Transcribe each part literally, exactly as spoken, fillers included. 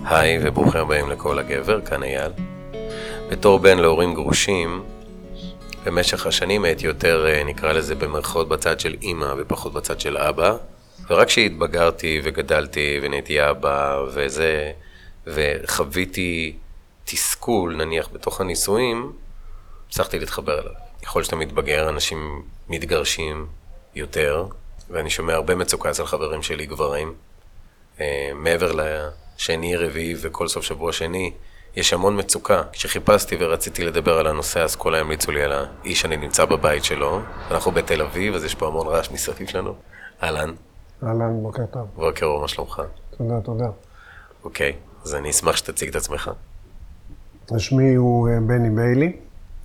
היי וברוכים הבאים לכל הגבר, כאן אייל. בתור בן להורים גרושים, במשך השנים הייתי יותר, נקרא לזה, במרכאות בצד של אמא ופחות בצד של אבא. ורק כשהתבגרתי וגדלתי ונהייתי אבא וזה, וחוויתי תסכול, נניח, בתוך הנישואים, הצלחתי להתחבר אליו. יכול שאתה מתבגר, אנשים מתגרשים יותר, ואני שומע הרבה מצוקה אצל חברים שלי גברים. מעבר לשני, רביעי וכל סוף שבוע שני, יש המון מצוקה. כשחיפשתי ורציתי לדבר על הנושא, אז כל היום המליצו לי על האיש שאני נמצא בבית שלו. אנחנו בתל אביב, אז יש פה המון רעש מסביב שלנו. אהלן. אהלן, בוקר טוב. בוקר אור, מה שלומך? תודה, תודה. אוקיי, אז אני אשמח שתציג את עצמך. שמי הוא בני ביילי,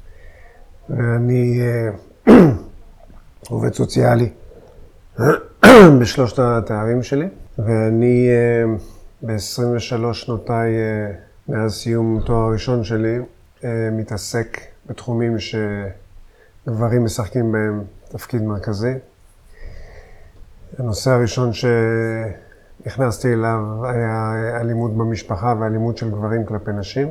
ואני עובד סוציאלי בשלושת התארים שלי, ואני ב-עשרים ושלוש שנותיי מאז סיום תואר ראשון שלי מתעסק בתחומים שגברים משחקים בהם תפקיד מרכזי. הנושא הראשון שנכנסתי אליו היה אלימות במשפחה ואלימות של גברים כלפי נשים.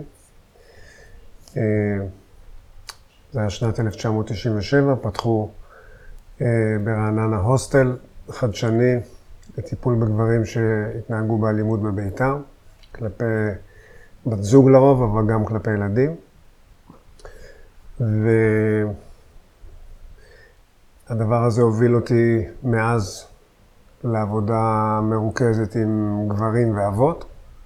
זה היה שנת אלף תשע מאות תשעים ושבע, פתחו ברעננה הוסטל חדשני לטיפול בגברים שהתנהגו באלימות בביתם, כלפי בת זוג לרוב, אבל גם כלפי ילדים. והדבר הזה הוביל אותי מאז לעבודה מרוכזת עם גברים ואבות.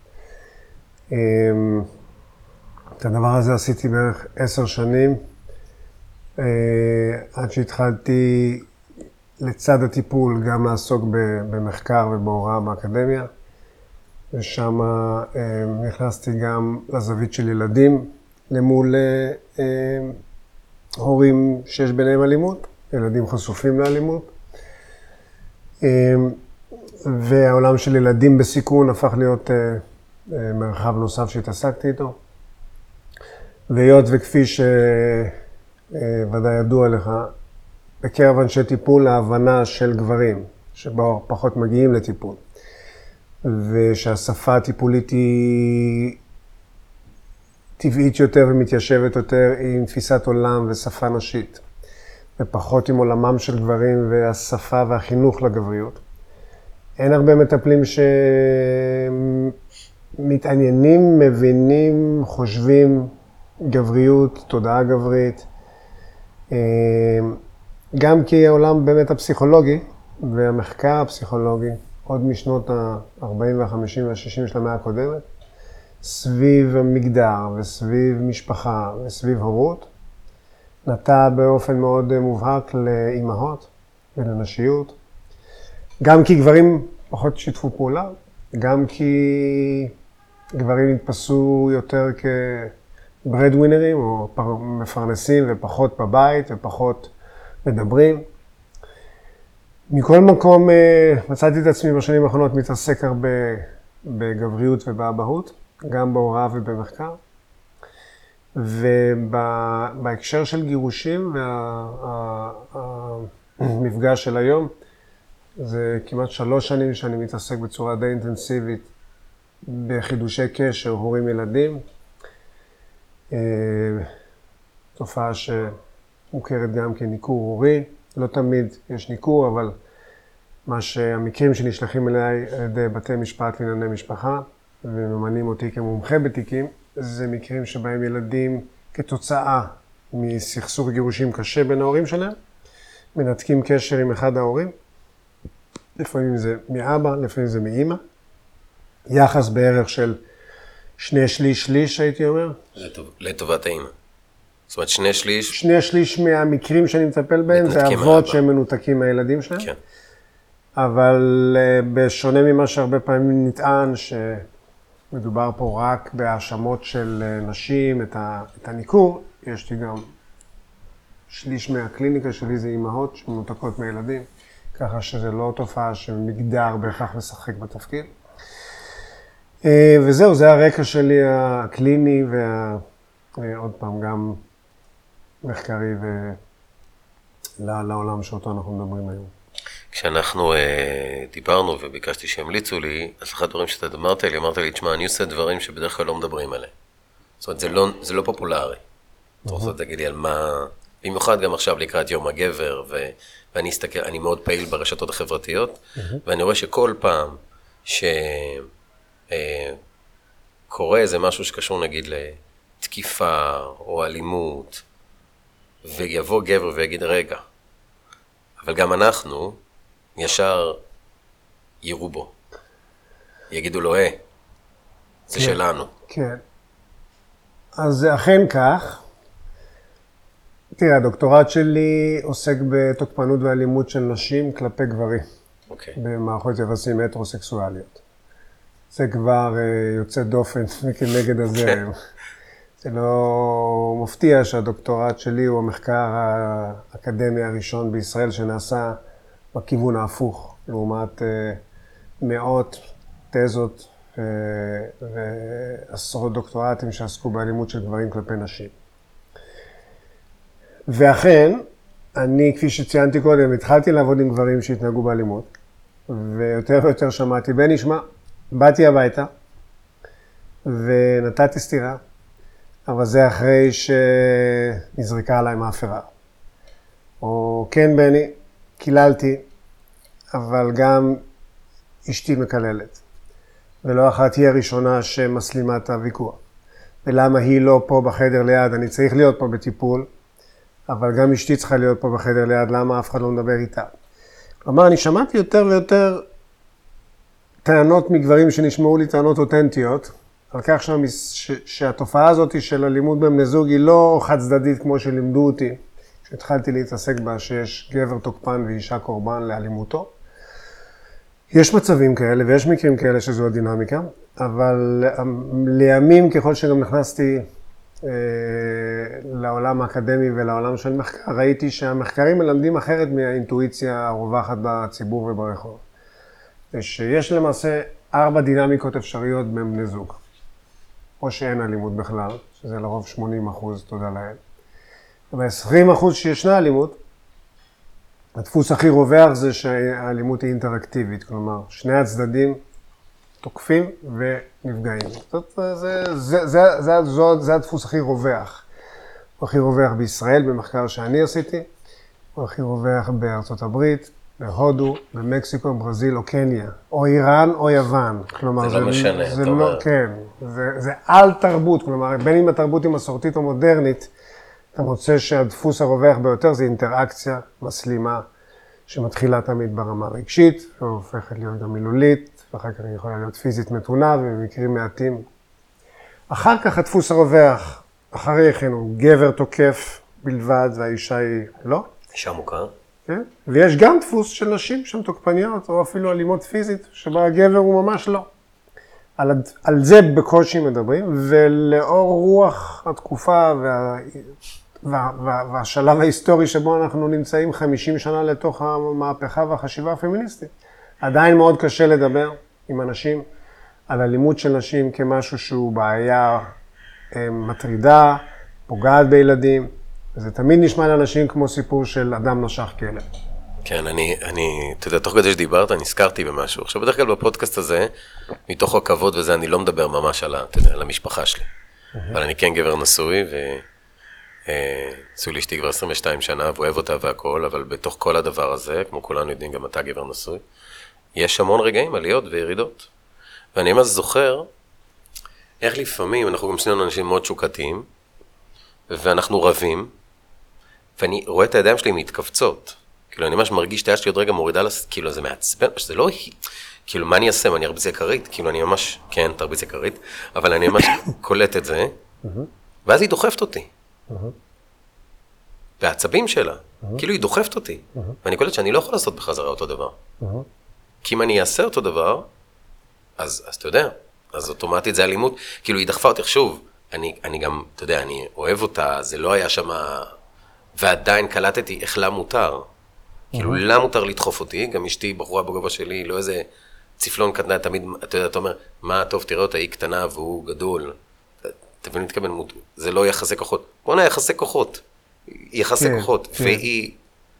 את הדבר הזה עשיתי בערך עשר שנים, עד שהתחלתי לצד הטיפול גם לעסוק במחקר ובהוראה באקדמיה, ושם נכנסתי גם לזווית של ילדים למול הורים שיש ביניהם אלימות, ילדים חשופים לאלימות. והעולם של ילדים בסיכון הפך להיות מרחב נוסף שהתעסקתי איתו. והיות וכפי שוודאי ידוע לך, בקרב אנשי טיפול ההבנה של גברים, שבו פחות מגיעים לטיפול, ושהשפה הטיפולית היא טבעית יותר ומתיישבת יותר עם תפיסת עולם ושפה נשית, ופחות עם עולמם של גברים והשפה והחינוך לגבריות. אין הרבה מטפלים שמתעניינים, מבינים, חושבים גבריות, תודעה גברית. גם כי העולם באמת הפסיכולוגי והמחקר הפסיכולוגי, עוד משנות ה-ארבעים וה-חמישים וה-שישים של המאה הקודמת, סביב מגדר וסביב משפחה וסביב הורות, נטע באופן מאוד מובהק לאימהות ולנשיות. גם כי גברים פחות שיתפו פעולה, גם כי גברים נתפסו יותר כברדווינרים או מפרנסים ופחות בבית ופחות מדברים. מכל מקום מצאתי את עצמי בשנים האחרונות מתעסק הרבה בגבריות ובאבהות, גם בהוראה ובמחקר. ובהקשר של גירושים והמפגש של היום, זה כמעט שלוש שנים שאני מתעסק בצורה די אינטנסיבית בחידושי קשר הורים ילדים. תופעה שמוכרת גם כניכור הורי. לא תמיד יש ניכור, אבל מה שהמקרים שנשלחים אליי על ידי בתי משפט לענייני משפחה, וממנים אותי כמומחה בתיקים, זה מקרים שבהם ילדים כתוצאה מסכסוך גירושים קשה בין ההורים שלהם, מנתקים קשר עם אחד ההורים. לפעמים זה מאבא, לפעמים זה מאמא. יחס בערך של שני שליש שליש, הייתי אומר. לטובת האמא. זאת אומרת, שני שליש... שני שליש מהמקרים שאני מטפל בהם, זה אבות שהם מנותקים מהילדים שלהם. כן. אבל בשונה ממה שהרבה פעמים נטען, שמדובר פה רק בהאשמות של נשים, את הניכור, יש לי גם שליש מהקליניקה שלי זה אימהות שמנותקות מהילדים. ככה שזה לא תופעה שמגדר בהכרח משחק בתפקיד. וזהו, זה הרקע שלי הקליני, ועוד פעם גם מחקרי לעולם שאותו אנחנו מדברים היום. כשאנחנו אה, דיברנו וביקשתי שימליצו לי, אז אחד הדברים שאתה אמרת לי, אמרת לי, תשמע, אני עושה דברים שבדרך כלל לא מדברים עליהם. זאת אומרת, זה לא, זה לא פופולרי. אתה רוצה להגיד לי על מה... במיוחד גם עכשיו לקראת יום הגבר, ו... ואני אסתכל, אני מאוד פעיל ברשתות החברתיות, ואני רואה שכל פעם שקורה איזה משהו שקשור נגיד לתקיפה או אלימות, ויבוא גבר ויגיד, רגע, אבל גם אנחנו ישר יראו בו. יגידו לו, אה, זה כן, שלנו. כן. אז זה אכן כך. תראה, הדוקטורט שלי עוסק בתוקפנות ואלימות של נשים כלפי גברים. אוקיי. במערכות יחסים הטרוסקסואליות. זה כבר uh, יוצא דופן כנגד הזה. זה לא מפתיע שהדוקטורט שלי הוא המחקר האקדמי הראשון בישראל שנעשה בכיוון ההפוך, לעומת uh, מאות תזות uh, ועשרות דוקטורטים שעסקו באלימות של גברים כלפי נשים. ואכן, אני, כפי שציינתי קודם, התחלתי לעבוד עם גברים שהתנהגו באלימות, ויותר ויותר שמעתי, בני, שמע, באתי הביתה, ונתתי סתירה, אבל זה אחרי שנזרקה עליי מאפרה. או כן, בני, קיללתי, אבל גם אשתי מקללת, ולא אחת היא הראשונה שמסלימה את הוויכוח. ולמה היא לא פה בחדר ליד, אני צריך להיות פה בטיפול, אבל גם אשתי צריכה להיות פה בחדר ליד, למה אף אחד לא מדבר איתה. כלומר, אני שמעתי יותר ויותר טענות מגברים שנשמעו לי טענות אותנטיות, על כך ש... שהתופעה הזאת של אלימות בבני זוג היא לא חד צדדית כמו שלימדו אותי, כשהתחלתי להתעסק בה שיש גבר תוקפן ואישה קורבן לאלימותו. יש מצבים כאלה ויש מקרים כאלה שזו הדינמיקה, אבל לימים ככל שגם נכנסתי לעולם האקדמי ולעולם של מחקר, ראיתי שהמחקרים מלמדים אחרת מהאינטואיציה הרווחת בציבור וברחוב. שיש למעשה ארבע דינמיקות אפשריות בין בני זוג. או שאין אלימות בכלל, שזה לרוב שמונים אחוז, תודה לאל. וב-עשרים אחוז שישנה אלימות, הדפוס הכי רווח זה שהאלימות היא אינטראקטיבית, כלומר, שני הצדדים תוקפים ונפגעים. זאת, זה, זה, זה, זה, זה, זה, זה הדפוס הכי רווח. הוא הכי רווח בישראל, במחקר שאני עשיתי, הוא הכי רווח בארצות הברית, בהודו, במקסיקו, ברזיל או קניה, או איראן או יוון. כלומר, זה, זה לא משנה, זה אתה לא, אומר. כן, זה, זה על תרבות, כלומר, בין אם התרבות היא מסורתית או מודרנית, אתה מוצא שהדפוס הרווח ביותר זה אינטראקציה מסלימה, שמתחילה תמיד ברמה רגשית, והופכת להיות גם מילולית, ואחר כך היא יכולה להיות פיזית מתונה, ובמקרים מעטים. אחר כך הדפוס הרווח, אחרי כן הוא גבר תוקף בלבד, והאישה היא לא. אישה מוכר. כן? ויש גם דפוס של נשים שהן תוקפניות, או אפילו אלימות פיזית, שבה הגבר הוא ממש לא. על, על זה בקושי מדברים, ולאור רוח התקופה וה, וה, וה, והשלב ההיסטורי שבו אנחנו נמצאים חמישים שנה לתוך המהפכה והחשיבה הפמיניסטית, עדיין מאוד קשה לדבר עם אנשים על אלימות של נשים כמשהו שהוא בעיה מטרידה, פוגעת בילדים, וזה תמיד נשמע לאנשים כמו סיפור של אדם נשך כלב. כן, אני, אני, אתה יודע, תוך כדי שדיברת, אני הזכרתי במשהו. עכשיו, בדרך כלל בפודקאסט הזה, מתוך הכבוד וזה, אני לא מדבר ממש על, אתה יודע, על המשפחה שלי. אבל אני כן גבר נשוי, ונשוי לאשתי כבר עשרים ושתיים שנה, ואוהב אותה והכל, אבל בתוך כל הדבר הזה, כמו כולנו יודעים, גם אתה גבר נשוי, יש המון רגעים, עליות וירידות. ואני ממש זוכר, איך לפעמים, אנחנו גם שנינו אנשים מאוד שוקתיים, ואנחנו רבים, ואני רואה את הידיים שלי מתכווצות. כאילו, אני ממש מרגיש את היד שלי עוד רגע מורידה, כאילו, זה מעצבן, שזה לא היא. כאילו, מה אני אעשה? מה, אני ארביץ יקרית? כאילו, אני ממש, כן, תרביץ יקרית, אבל אני ממש קולט את זה, ואז היא דוחפת אותי. והעצבים שלה, כאילו, היא דוחפת אותי. ואני קולט שאני לא יכול לעשות בחזרה אותו דבר. כי אם אני אעשה אותו דבר, אז, אז אתה יודע, אז אוטומטית זה אלימות. כאילו, היא דחפה אותי, שוב, אני, אני גם, אתה יודע, אני אוהב אותה, זה לא היה שם, ועדיין קלטתי איך לה מותר. כאילו, לה מותר לדחוף אותי, גם אשתי בחורה בגובה שלי, לא איזה צפלון קטנה, תמיד, אתה יודע, אתה אומר, מה, טוב, תראה אותה, היא קטנה והוא גדול. תבין, תקבל, זה לא יחסי כוחות. בוא נה, יחסי כוחות. יחסי כוחות. והיא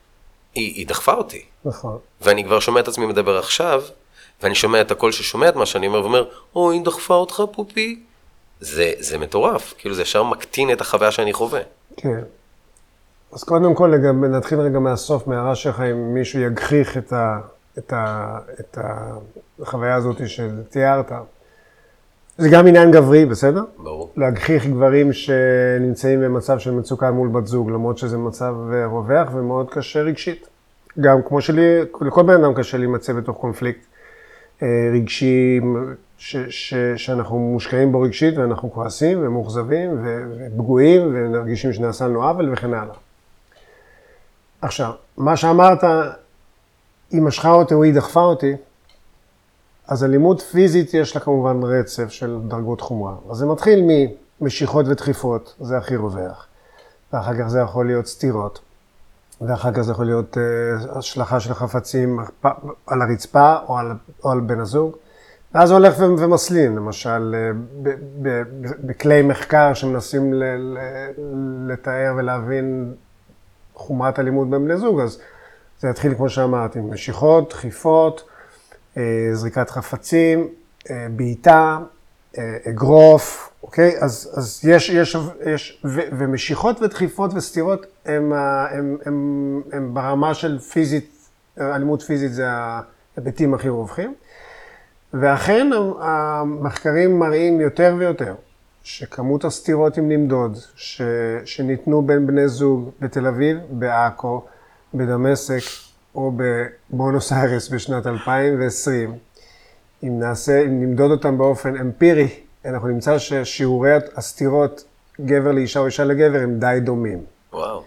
היא, היא דחפה אותי. נכון. ואני כבר שומע את עצמי מדבר עכשיו, ואני שומע את הקול ששומע את מה שאני אומר, ואומר, או, היא דחפה אותך פופי. זה, זה מטורף, כאילו זה ישר מקטין את החוויה שאני חווה. כן. אז קודם כל, לגב, נתחיל רגע מהסוף, מהרע שלך, אם מישהו יגחיך את, ה, את, ה, את החוויה הזאת שתיארת. זה גם עניין גברי, בסדר? ברור. להגחיך גברים שנמצאים במצב של מצוקה מול בת זוג, למרות שזה מצב רווח ומאוד קשה רגשית. גם כמו שלי, לכל בן אדם קשה להימצא בתוך קונפליקט רגשי, ש, ש, שאנחנו מושקעים בו רגשית, ואנחנו כועסים ומאוכזבים ופגועים ונרגישים שנעשה לנו עוול וכן הלאה. עכשיו, מה שאמרת, היא משכה אותי או היא דחפה אותי, אז אלימות פיזית יש לה כמובן רצף של דרגות חומרה. אז זה מתחיל ממשיכות ודחיפות, זה הכי רווח. ואחר כך זה יכול להיות סתירות. ואחר כך זה יכול להיות uh, השלכה של חפצים על הרצפה או על, או על בן הזוג. ואז זה הולך ומסלין, למשל, בכלי מחקר שמנסים ל, ל, לתאר ולהבין חומרת אלימות בין בני זוג, אז זה יתחיל, כמו שאמרתי, משיכות, דחיפות, זריקת חפצים, בעיטה, אגרוף, אוקיי? אז, אז יש, יש, יש, ו, ומשיכות ודחיפות וסתירות הם, הם, הם, הם ברמה של פיזית, אלימות פיזית זה ההיבטים הכי רווחים. ואכן המחקרים מראים יותר ויותר שכמות הסתירות אם נמדוד, ש, שניתנו בין בני זוג בתל אביב, בעכו, בדמשק, או בבונוס איירס בשנת אלפיים ועשרים, אם נעשה, אם נמדוד אותם באופן אמפירי, אנחנו נמצא ששיעורי הסתירות גבר לאישה או אישה לגבר הם די דומים. וואו.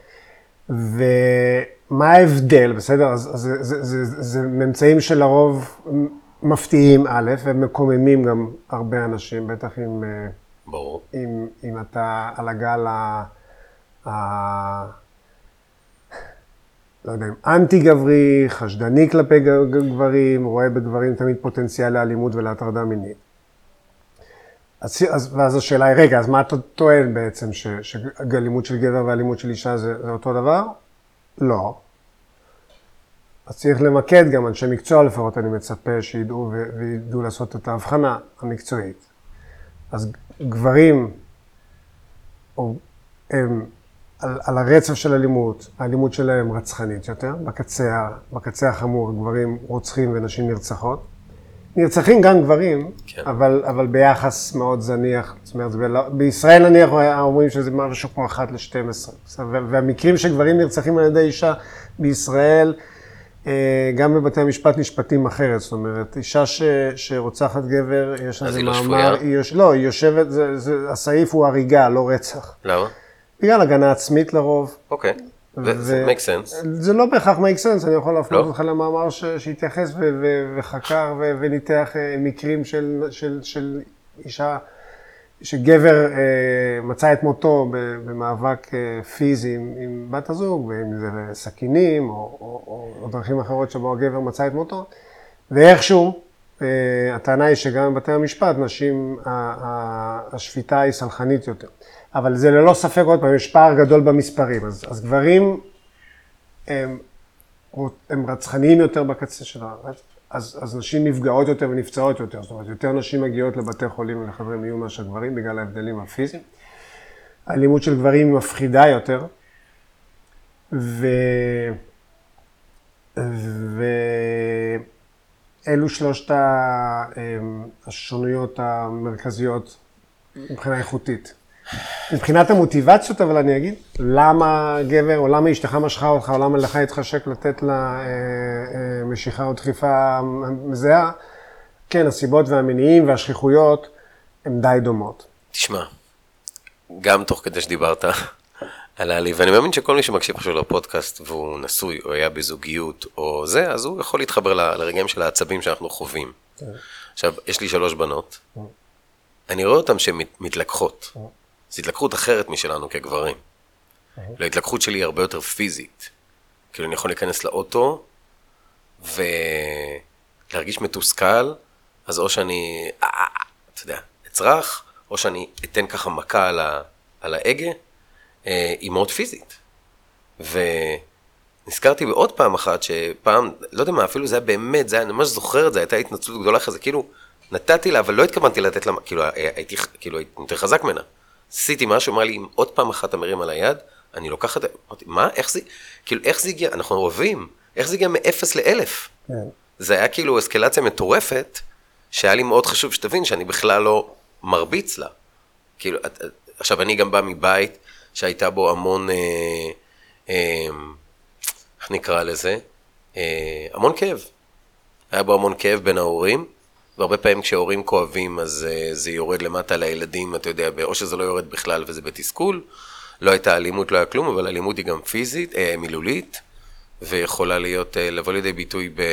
ומה ההבדל, בסדר? אז, אז זה, זה, זה, זה ממצאים שלרוב מפתיעים א', ומקוממים גם הרבה אנשים, בטח אם, ברור. אם, אם אתה על הגל ה... ה לא יודע, אנטי גברי, חשדני כלפי גברים, רואה בגברים תמיד פוטנציאל לאלימות ולהטרדה מינית. אז, אז, ואז השאלה היא, רגע, אז מה אתה טוען בעצם, ש, שאלימות של גבר ואלימות של אישה זה, זה אותו דבר? לא. אז צריך למקד גם אנשי מקצוע לפחות, אני מצפה שידעו ו, וידעו לעשות את ההבחנה המקצועית. אז גברים, או הם, על, על הרצף של אלימות, האלימות שלהם רצחנית יותר, בקצה, בקצה החמור, גברים רוצחים ונשים נרצחות. נרצחים גם גברים, כן. אבל, אבל ביחס מאוד זניח. זאת אומרת, ב, בישראל נניח אומרים שזה משהו כמו אחת ל-שתים עשרה. והמקרים שגברים נרצחים על ידי אישה בישראל, גם בבתי המשפט נשפטים אחרת. זאת אומרת, אישה ש, שרוצחת גבר, יש לזה מאמר, היא יוש, לא, היא יושבת, זה, זה, הסעיף הוא הריגה, לא רצח. למה? בגלל הגנה עצמית לרוב. אוקיי, זה make sense. זה לא בהכרח make sense, אני יכול להפנות אותך למאמר שהתייחס וחקר וניתח מקרים של אישה, שגבר מצא את מותו במאבק פיזי עם בת הזוג, ואם זה סכינים או דרכים אחרות שבו הגבר מצא את מותו, ואיכשהו, הטענה היא שגם בבתי המשפט, נשים, השפיטה היא סלחנית יותר. אבל זה ללא ספק, עוד פעם, יש פער גדול במספרים. אז, אז גברים הם, הם רצחניים יותר בקצה של הארץ, אז, אז נשים נפגעות יותר ונפצעות יותר. זאת אומרת, יותר נשים מגיעות לבתי חולים ולחדרי מיון מאשר גברים, בגלל ההבדלים הפיזיים. האלימות של גברים היא מפחידה יותר, ו... ואלו שלושת השונויות המרכזיות מבחינה איכותית. מבחינת המוטיבציות, אבל אני אגיד, למה גבר, או למה אשתך משכה אותך, או למה לך התחשק לתת לה משיכה או דחיפה מזהה, כן, הסיבות והמניעים והשכיחויות הן די דומות. תשמע, גם תוך כדי שדיברת על העליב, ואני מאמין שכל מי שמקשיב עכשיו לפודקאסט והוא נשוי, או היה בזוגיות, או זה, אז הוא יכול להתחבר ל- לרגעים של העצבים שאנחנו חווים. עכשיו, יש לי שלוש בנות, אני רואה אותן שהן מתלקחות. זו התלקחות אחרת משלנו כגברים. ההתלקחות שלי היא הרבה יותר פיזית. כאילו אני יכול להיכנס לאוטו, ולהרגיש מתוסכל, אז או שאני, אתה יודע, אצרח, או שאני אתן ככה מכה על, ה, על ההגה, היא מאוד פיזית. נזכרתי בעוד פעם אחת, שפעם, לא יודע מה, אפילו זה היה באמת, זה היה, אני ממש זוכר את זה, הייתה התנצלות גדולה אחרי זה, כאילו, נתתי לה, אבל לא התכוונתי לתת לה, כאילו, הייתי, כאילו, הייתי יותר חזק ממנה. עשיתי משהו, אמר לי, אם עוד פעם אחת אתה מרים על היד, אני לוקח את זה, אמרתי, מה, איך זה, כאילו, איך זה הגיע, אנחנו אוהבים, איך זה הגיע מאפס לאלף? כן. זה היה כאילו אסקלציה מטורפת, שהיה לי מאוד חשוב שתבין שאני בכלל לא מרביץ לה. כאילו, עכשיו אני גם בא מבית שהייתה בו המון, אה, אה, איך נקרא לזה? אה, המון כאב. היה בו המון כאב בין ההורים, והרבה פעמים כשההורים כואבים אז אה, זה יורד למטה לילדים, אתה יודע, או שזה לא יורד בכלל וזה בתסכול, לא הייתה אלימות, לא היה כלום, אבל אלימות היא גם פיזית, אה, מילולית, ויכולה להיות, אה, לבוא לידי ביטוי ב...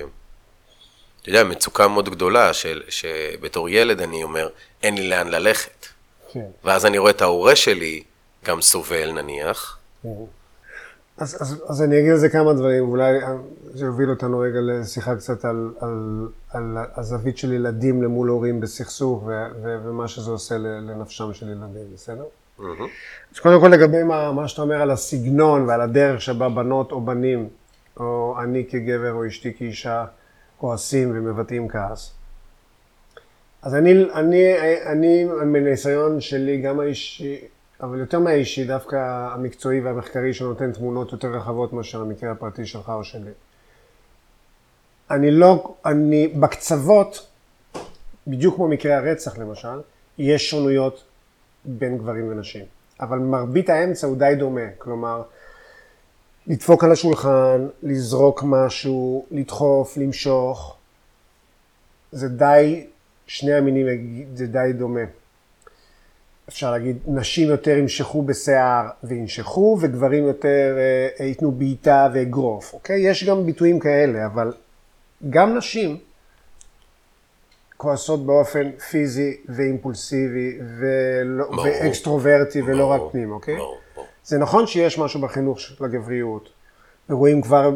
אתה יודע, מצוקה מאוד גדולה, של, שבתור ילד אני אומר, אין לי לאן ללכת. כן. ואז אני רואה את ההורה שלי גם סובל נניח. כן. אז, אז, אז אני אגיד על זה כמה דברים, ואולי זה יוביל אותנו רגע לשיחה קצת על, על, על הזווית של ילדים למול הורים בסכסוך, ו, ו, ומה שזה עושה לנפשם של ילדים, בסדר? Mm-hmm. אז קודם כל לגבי מה, מה שאתה אומר על הסגנון ועל הדרך שבה בנות או בנים, או אני כגבר או אשתי כאישה, כועסים ומבטאים כעס. אז אני, אני, אני, מניסיון שלי, גם האישי, אבל יותר מהאישי, דווקא המקצועי והמחקרי שנותן תמונות יותר רחבות מאשר המקרה הפרטי שלך או שלי. אני לא, אני, בקצוות, בדיוק כמו מקרה הרצח למשל, יש שונויות בין גברים ונשים. אבל מרבית האמצע הוא די דומה, כלומר, לדפוק על השולחן, לזרוק משהו, לדחוף, למשוך, זה די, שני המינים זה די דומה. אפשר להגיד, נשים יותר ימשכו בשיער וינשכו, וגברים יותר אה, ייתנו בעיטה ואגרוף, אוקיי? יש גם ביטויים כאלה, אבל גם נשים כועסות באופן פיזי ואימפולסיבי ולא, ואקסטרוברטי ולא רק פנים, אוקיי? זה נכון שיש משהו בחינוך של הגבריות, ורואים כבר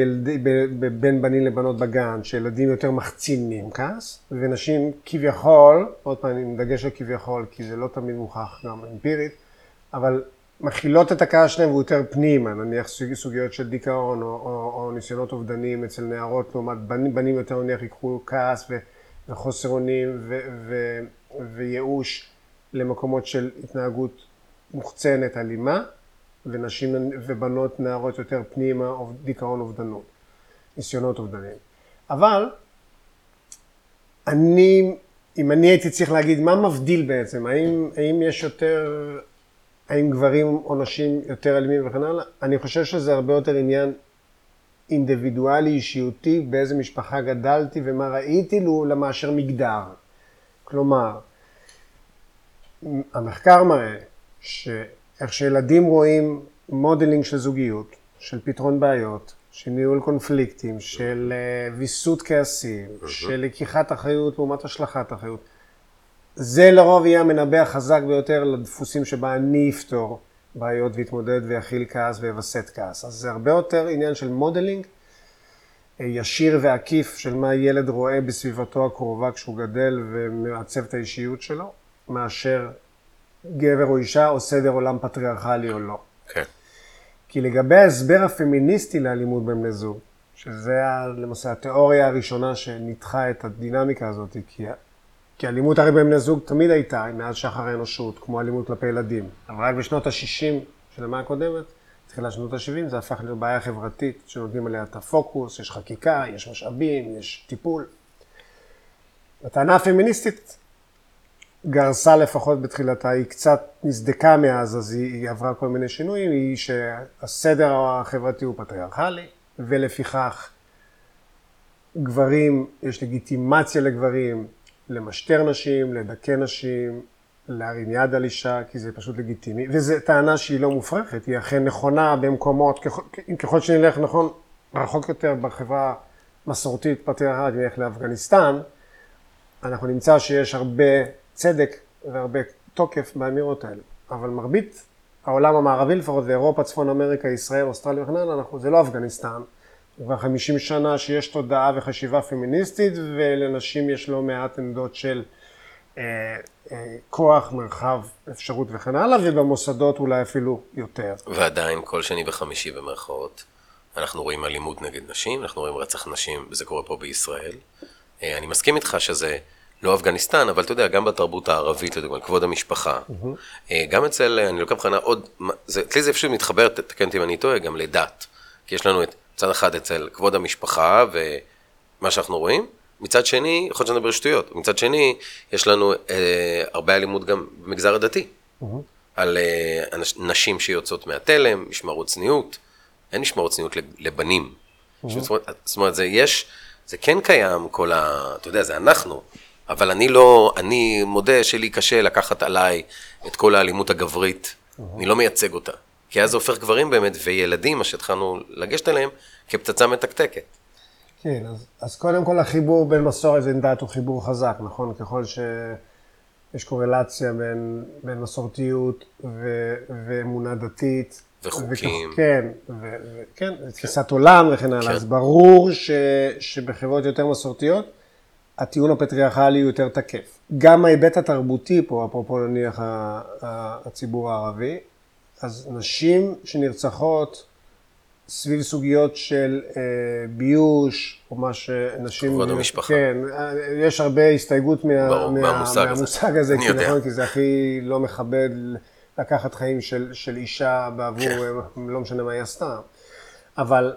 בין בנים לבנות בגן, שילדים יותר מחצינים כעס, ונשים כביכול, עוד פעם אני מדגש על כביכול, כי זה לא תמיד מוכח גם אמפירית, אבל מכילות את הכעס שלהם והוא יותר פנימה, נניח סוגיות של דיכאון או, או, או ניסיונות אובדניים אצל נערות, לעומת בנים, בנים יותר נניח יקחו כעס ו, וחוסר אונים ו, ו, וייאוש למקומות של התנהגות מוחצנת, אלימה, ונשים ובנות נערות יותר פנימה, דיכאון אובדנות, ניסיונות אובדניים. אבל אני, אם אני הייתי צריך להגיד מה מבדיל בעצם, האם, האם יש יותר, האם גברים או נשים יותר אלימים וכן הלאה, אני חושב שזה הרבה יותר עניין אינדיבידואלי, אישיותי, באיזה משפחה גדלתי ומה ראיתי לו למאשר מגדר. כלומר, המחקר מראה שאיך שילדים רואים מודלינג של זוגיות, של פתרון בעיות, של ניהול קונפליקטים, של ויסות כעסים, של לקיחת אחריות לעומת השלכת אחריות, זה לרוב יהיה המנבא החזק ביותר לדפוסים שבה אני אפתור בעיות והתמודד ויכיל כעס ויווסת כעס. אז זה הרבה יותר עניין של מודלינג, ישיר ועקיף של מה ילד רואה בסביבתו הקרובה כשהוא גדל ומעצב את האישיות שלו, מאשר גבר או אישה או סדר עולם פטריארכלי או לא. כן. כי לגבי ההסבר הפמיניסטי לאלימות בין בני זוג, שזה למעשה התיאוריה הראשונה שניתחה את הדינמיקה הזאת, כי, כי אלימות הרי בין בני זוג תמיד הייתה, מאז שחר האנושות, כמו אלימות כלפי ילדים. אבל רק בשנות ה-שישים של המאה הקודמת, תחילה שנות ה-שבעים, זה הפך להיות בעיה חברתית שנותנים עליה את הפוקוס, יש חקיקה, יש משאבים, יש טיפול. הטענה הפמיניסטית גרסה לפחות בתחילתה, היא קצת נסדקה מאז, אז היא, היא עברה כל מיני שינויים, היא שהסדר החברתי הוא פטריארכלי, ולפיכך גברים, יש לגיטימציה לגברים, למשטר נשים, לדכא נשים, להרים יד על אישה, כי זה פשוט לגיטימי, וזו טענה שהיא לא מופרכת, היא אכן נכונה במקומות, ככל, ככל שנלך נכון, רחוק יותר בחברה מסורתית פטריארכלית, נלך לאפגניסטן, אנחנו נמצא שיש הרבה צדק והרבה תוקף באמירות האלה. אבל מרבית העולם המערבי לפחות, ואירופה, צפון אמריקה, ישראל, אוסטרליה וכן הלאה, זה לא אפגניסטן. כבר חמישים שנה שיש תודעה וחשיבה פמיניסטית, ולנשים יש לא מעט עמדות של אה, אה, כוח, מרחב, אפשרות וכן הלאה, ובמוסדות אולי אפילו יותר. ועדיין כל שני וחמישי במרכאות, אנחנו רואים אלימות נגד נשים, אנחנו רואים רצח נשים, וזה קורה פה בישראל. אני מסכים איתך שזה לא אפגניסטן, אבל אתה יודע, גם בתרבות הערבית, לדוגמה, כבוד המשפחה, mm-hmm. גם אצל, אני לוקח בכלל עוד, זה, אצלי זה פשוט מתחבר, תתקן אותי אם אני טועה, גם לדת. כי יש לנו את צד אחד אצל כבוד המשפחה, ומה שאנחנו רואים, מצד שני, יכול להיות שאני מדבר שטויות, מצד שני, יש לנו אה, הרבה אלימות גם במגזר הדתי, mm-hmm. על אה, נשים שיוצאות מהתלם, משמרות צניעות, אין משמרות צניעות לבנים. Mm-hmm. זאת אומרת, זה יש, זה כן קיים כל ה... אתה יודע, זה אנחנו, אבל אני לא, אני מודה שלי קשה לקחת עליי את כל האלימות הגברית, mm-hmm. אני לא מייצג אותה. כי אז זה הופך גברים באמת, וילדים, מה שהתחלנו לגשת אליהם, כפצצה מתקתקת. כן, אז, אז קודם כל החיבור בין מסורת ודת הוא חיבור חזק, נכון? ככל שיש קורלציה בין, בין מסורתיות ו, ואמונה דתית. וחוקים. וכך, כן, ו, ו, כן, תפיסת עולם וכן הלאה. כן. אז ברור ש, שבחברות יותר מסורתיות, הטיעון הפטריארכלי הוא יותר תקף. גם ההיבט התרבותי פה, אפרופו נניח הציבור הערבי, אז נשים שנרצחות סביב סוגיות של אה, ביוש, או מה שנשים... כבוד המשפחה. כן, יש הרבה הסתייגות מה, ברור, מה, מהמושג, מהמושג הזה, אני כי יודע. נכון, כי זה הכי לא מכבד לקחת חיים של, של אישה בעבור, כן. לא משנה מה היא עשתה. אבל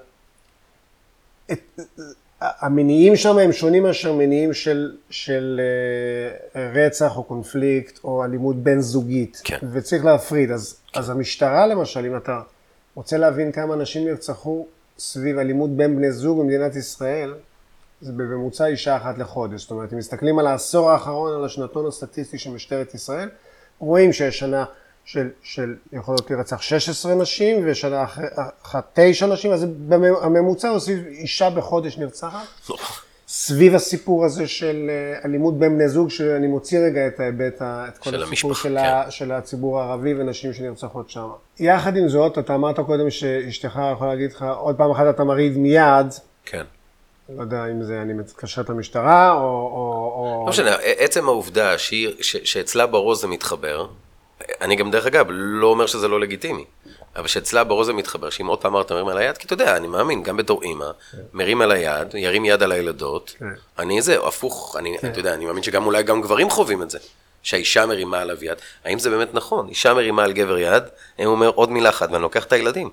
את, המניעים שם הם שונים מאשר מניעים של, של אה, רצח או קונפליקט או אלימות בין זוגית. כן. וצריך להפריד. אז, כן. אז המשטרה למשל, אם אתה רוצה להבין כמה אנשים נרצחו סביב אלימות בין בני זוג במדינת ישראל, זה בממוצע אישה אחת לחודש. זאת אומרת, אם מסתכלים על העשור האחרון, על השנתון הסטטיסטי של משטרת ישראל, רואים שיש שנה של, של יכול להיות לרצח שש עשרה נשים, ושנה אחת תשע נשים, אז הממוצע הוא סביב אישה בחודש נרצחת. סביב הסיפור הזה של אלימות בין בני זוג, שאני מוציא רגע את ההיבט, את כל הסיפור המשפחה, של, כן. ה, של הציבור הערבי ונשים שנרצחות שם. יחד עם זאת, אתה אמרת קודם שאשתך יכולה להגיד לך, עוד פעם אחת אתה מריד מיד. כן. לא יודע אם זה, אני מתקשר את המשטרה, או... או, לא משנה, עצם העובדה שהיא, ש, שאצלה בראש זה מתחבר, אני גם דרך אגב לא אומר שזה לא לגיטימי, אבל שאצלה בראש זה מתחבר, שאם עוד פעם אמרת מרים על היד, כי אתה יודע, אני מאמין, גם בתור אימא, מרים על היד, ירים יד על הילדות, אני זה, הפוך, אתה יודע, אני מאמין שגם אולי גם גברים חווים את זה, שהאישה מרימה עליו יד, האם זה באמת נכון? אישה מרימה על גבר יד, הם אומר עוד מילה אחת, ואני לוקח את הילדים.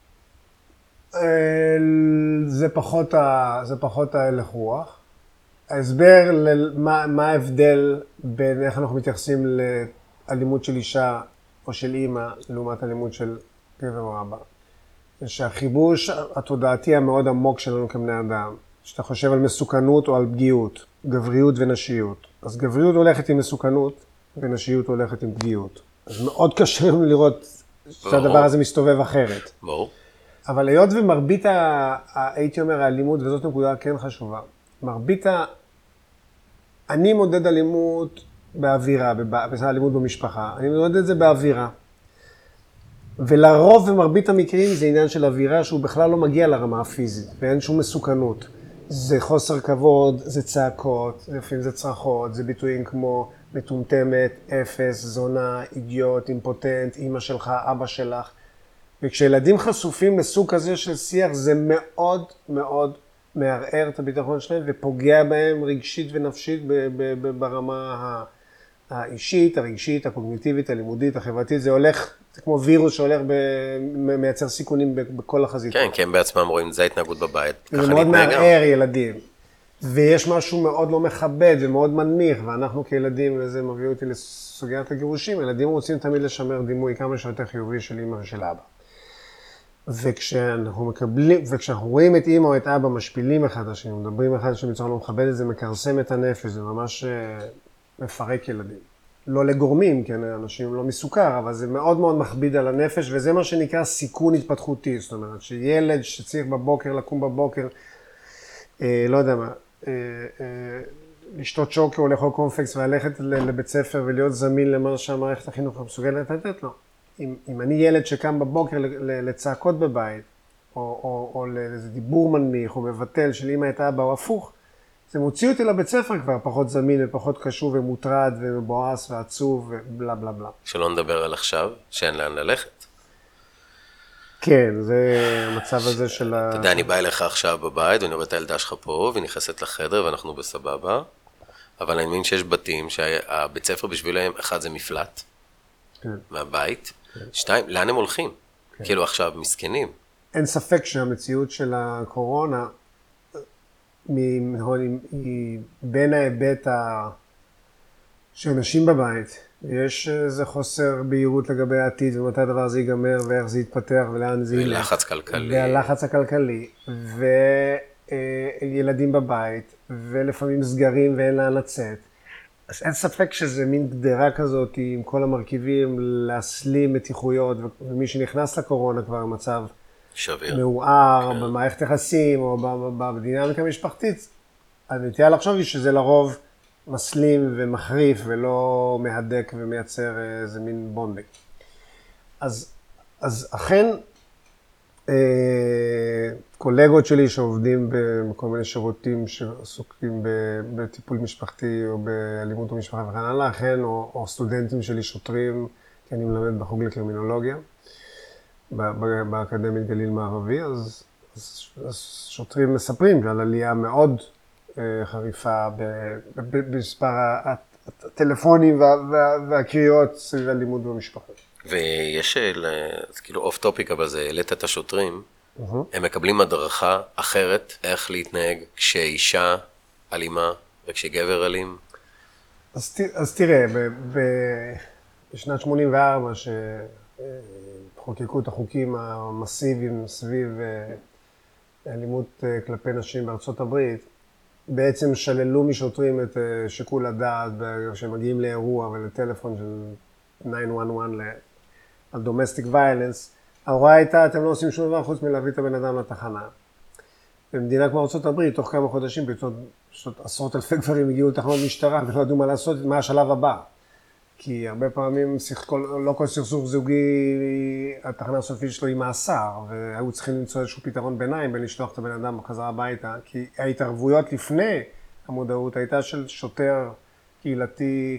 זה פחות, זה פחות ההלך רוח. ההסבר למה, מה ההבדל בין איך אנחנו מתייחסים לאלימות של אישה או של אימא, לעומת אלימות של גבר או אבא. זה שהחיבוש התודעתי המאוד עמוק שלנו כבני אדם, שאתה חושב על מסוכנות או על פגיעות, גבריות ונשיות. אז גבריות הולכת עם מסוכנות, ונשיות הולכת עם פגיעות. אז מאוד קשה לנו לראות שהדבר הזה מסתובב אחרת. ברור. אבל היות ומרבית, ה, הייתי אומר, האלימות, וזאת נקודה כן חשובה, מרבית ה... אני מודד אלימות באווירה, בסדר, אלימות במשפחה, אני מודד את זה באווירה. ולרוב ומרבית המקרים זה עניין של אווירה שהוא בכלל לא מגיע לרמה הפיזית, ואין שום מסוכנות. זה חוסר כבוד, זה צעקות, לפעמים זה צרחות, זה ביטויים כמו מטומטמת, אפס, זונה, אידיוט, אימפוטנט, אמא שלך, אבא שלך. וכשילדים חשופים לסוג כזה של שיח, זה מאוד מאוד מערער את הביטחון שלהם, ופוגע בהם רגשית ונפשית ברמה האישית, הרגשית, הקוגניטיבית, הלימודית, החברתית. זה הולך, זה כמו וירוס שהולך מייצר סיכונים בכל החזיתות. כן, כי הם בעצמם רואים, זה ההתנהגות בבית. זה מאוד מערער ילדים. ויש משהו מאוד לא מכבד ומאוד מנמיך, ואנחנו כילדים, וזה מביא אותי לסוגיית הגירושים, ילדים רוצים תמיד לשמר דימוי כמה שיותר חיובי של אמא ושל אבא. וכשאנחנו מקבלים, וכשאנחנו רואים את אמא או את אבא משפילים אחד השני, מדברים אחד השני בצורה לא מכבדת, זה מקרסם את הנפש, זה ממש מפרק ילדים. לא לגורמים, כן, אנשים לא מסוכר, אבל זה מאוד מאוד מכביד על הנפש, וזה מה שנקרא סיכון התפתחותי. זאת אומרת, שילד שצריך בבוקר, לקום בבוקר, אה, לא יודע מה, אה, אה, לשתות שוקו או לאכול קורנפלקס וללכת לבית ספר ולהיות זמין למה שהמערכת החינוך מסוגלת לתת לו. אם, אם אני ילד שקם בבוקר לצעקות בבית, או, או, או לאיזה דיבור מנמיך, או מבטל של אמא את אבא, או הפוך, זה מוציא אותי לבית ספר כבר פחות זמין ופחות קשור ומוטרד ומבואס ועצוב ובלה בלה בלה. שלא נדבר על עכשיו, שאין לאן ללכת. כן, זה המצב הזה של ה... אתה יודע, אני בא אליך עכשיו בבית, ואני רואה את הילדה שלך פה, והיא נכנסת לחדר, ואנחנו בסבבה, אבל אני מבין שיש בתים שהבית ספר בשבילם, אחד זה מפלט, כן. מהבית, שתיים, לאן הם הולכים? כאילו עכשיו, מסכנים. אין ספק שהמציאות של הקורונה, היא בין ההיבט ה... שאנשים בבית, יש איזה חוסר בהירות לגבי העתיד, ומתי הדבר הזה ייגמר, ואיך זה יתפתח, ולאן זה ילך. ולחץ כלכלי. והלחץ הכלכלי, וילדים בבית, ולפעמים סגרים ואין לאן לצאת. אז אין ספק שזה מין גדרה כזאת עם כל המרכיבים להסלים מתיחויות, ומי שנכנס לקורונה כבר המצב שביר. מעורער, כן. במערכת יחסים, או בדינמיקה המשפחתית, אני נטייה לחשוב שזה לרוב מסלים ומחריף ולא מהדק ומייצר איזה מין בונדינג. אז, אז אכן, אה, קולגות שלי שעובדים בכל מיני שירותים שעסוקים בטיפול משפחתי או באלימות במשפחה וכן הלאה, אכן, או, או סטודנטים שלי שוטרים, כי אני מלמד בחוג לקרימינולוגיה, באקדמית גליל מערבי, אז, אז, אז שוטרים מספרים על עלייה מאוד חריפה במספר הטלפונים והקריאות סביב הלימוד במשפחה. ויש, כאילו אוף טופיק, אבל זה העלית את השוטרים, הם מקבלים הדרכה אחרת איך להתנהג כשאישה אלימה וכשגבר אלים? אז תראה, בשנת שמונים וארבע שחוקקו את החוקים המסיביים סביב אלימות כלפי נשים בארצות הברית, בעצם שללו משוטרים את שיקול הדעת כשמגיעים לאירוע ולטלפון של תשע אחת אחת על דומסטיק ויילנס. ההוראה הייתה, אתם לא עושים שום דבר חוץ מלהביא את הבן אדם לתחנה. במדינה כמו ארצות הברית, תוך כמה חודשים, פשוט עשרות אלפי גברים הגיעו לתחנות משטרה ולא ידעו מה לעשות, מה השלב הבא. כי הרבה פעמים, לא כל סכסוך זוגי, התחנה הסופית שלו היא מאסר, והיו צריכים למצוא איזשהו פתרון ביניים בין לשלוח את הבן אדם בחזרה הביתה, כי ההתערבויות לפני המודעות הייתה של שוטר קהילתי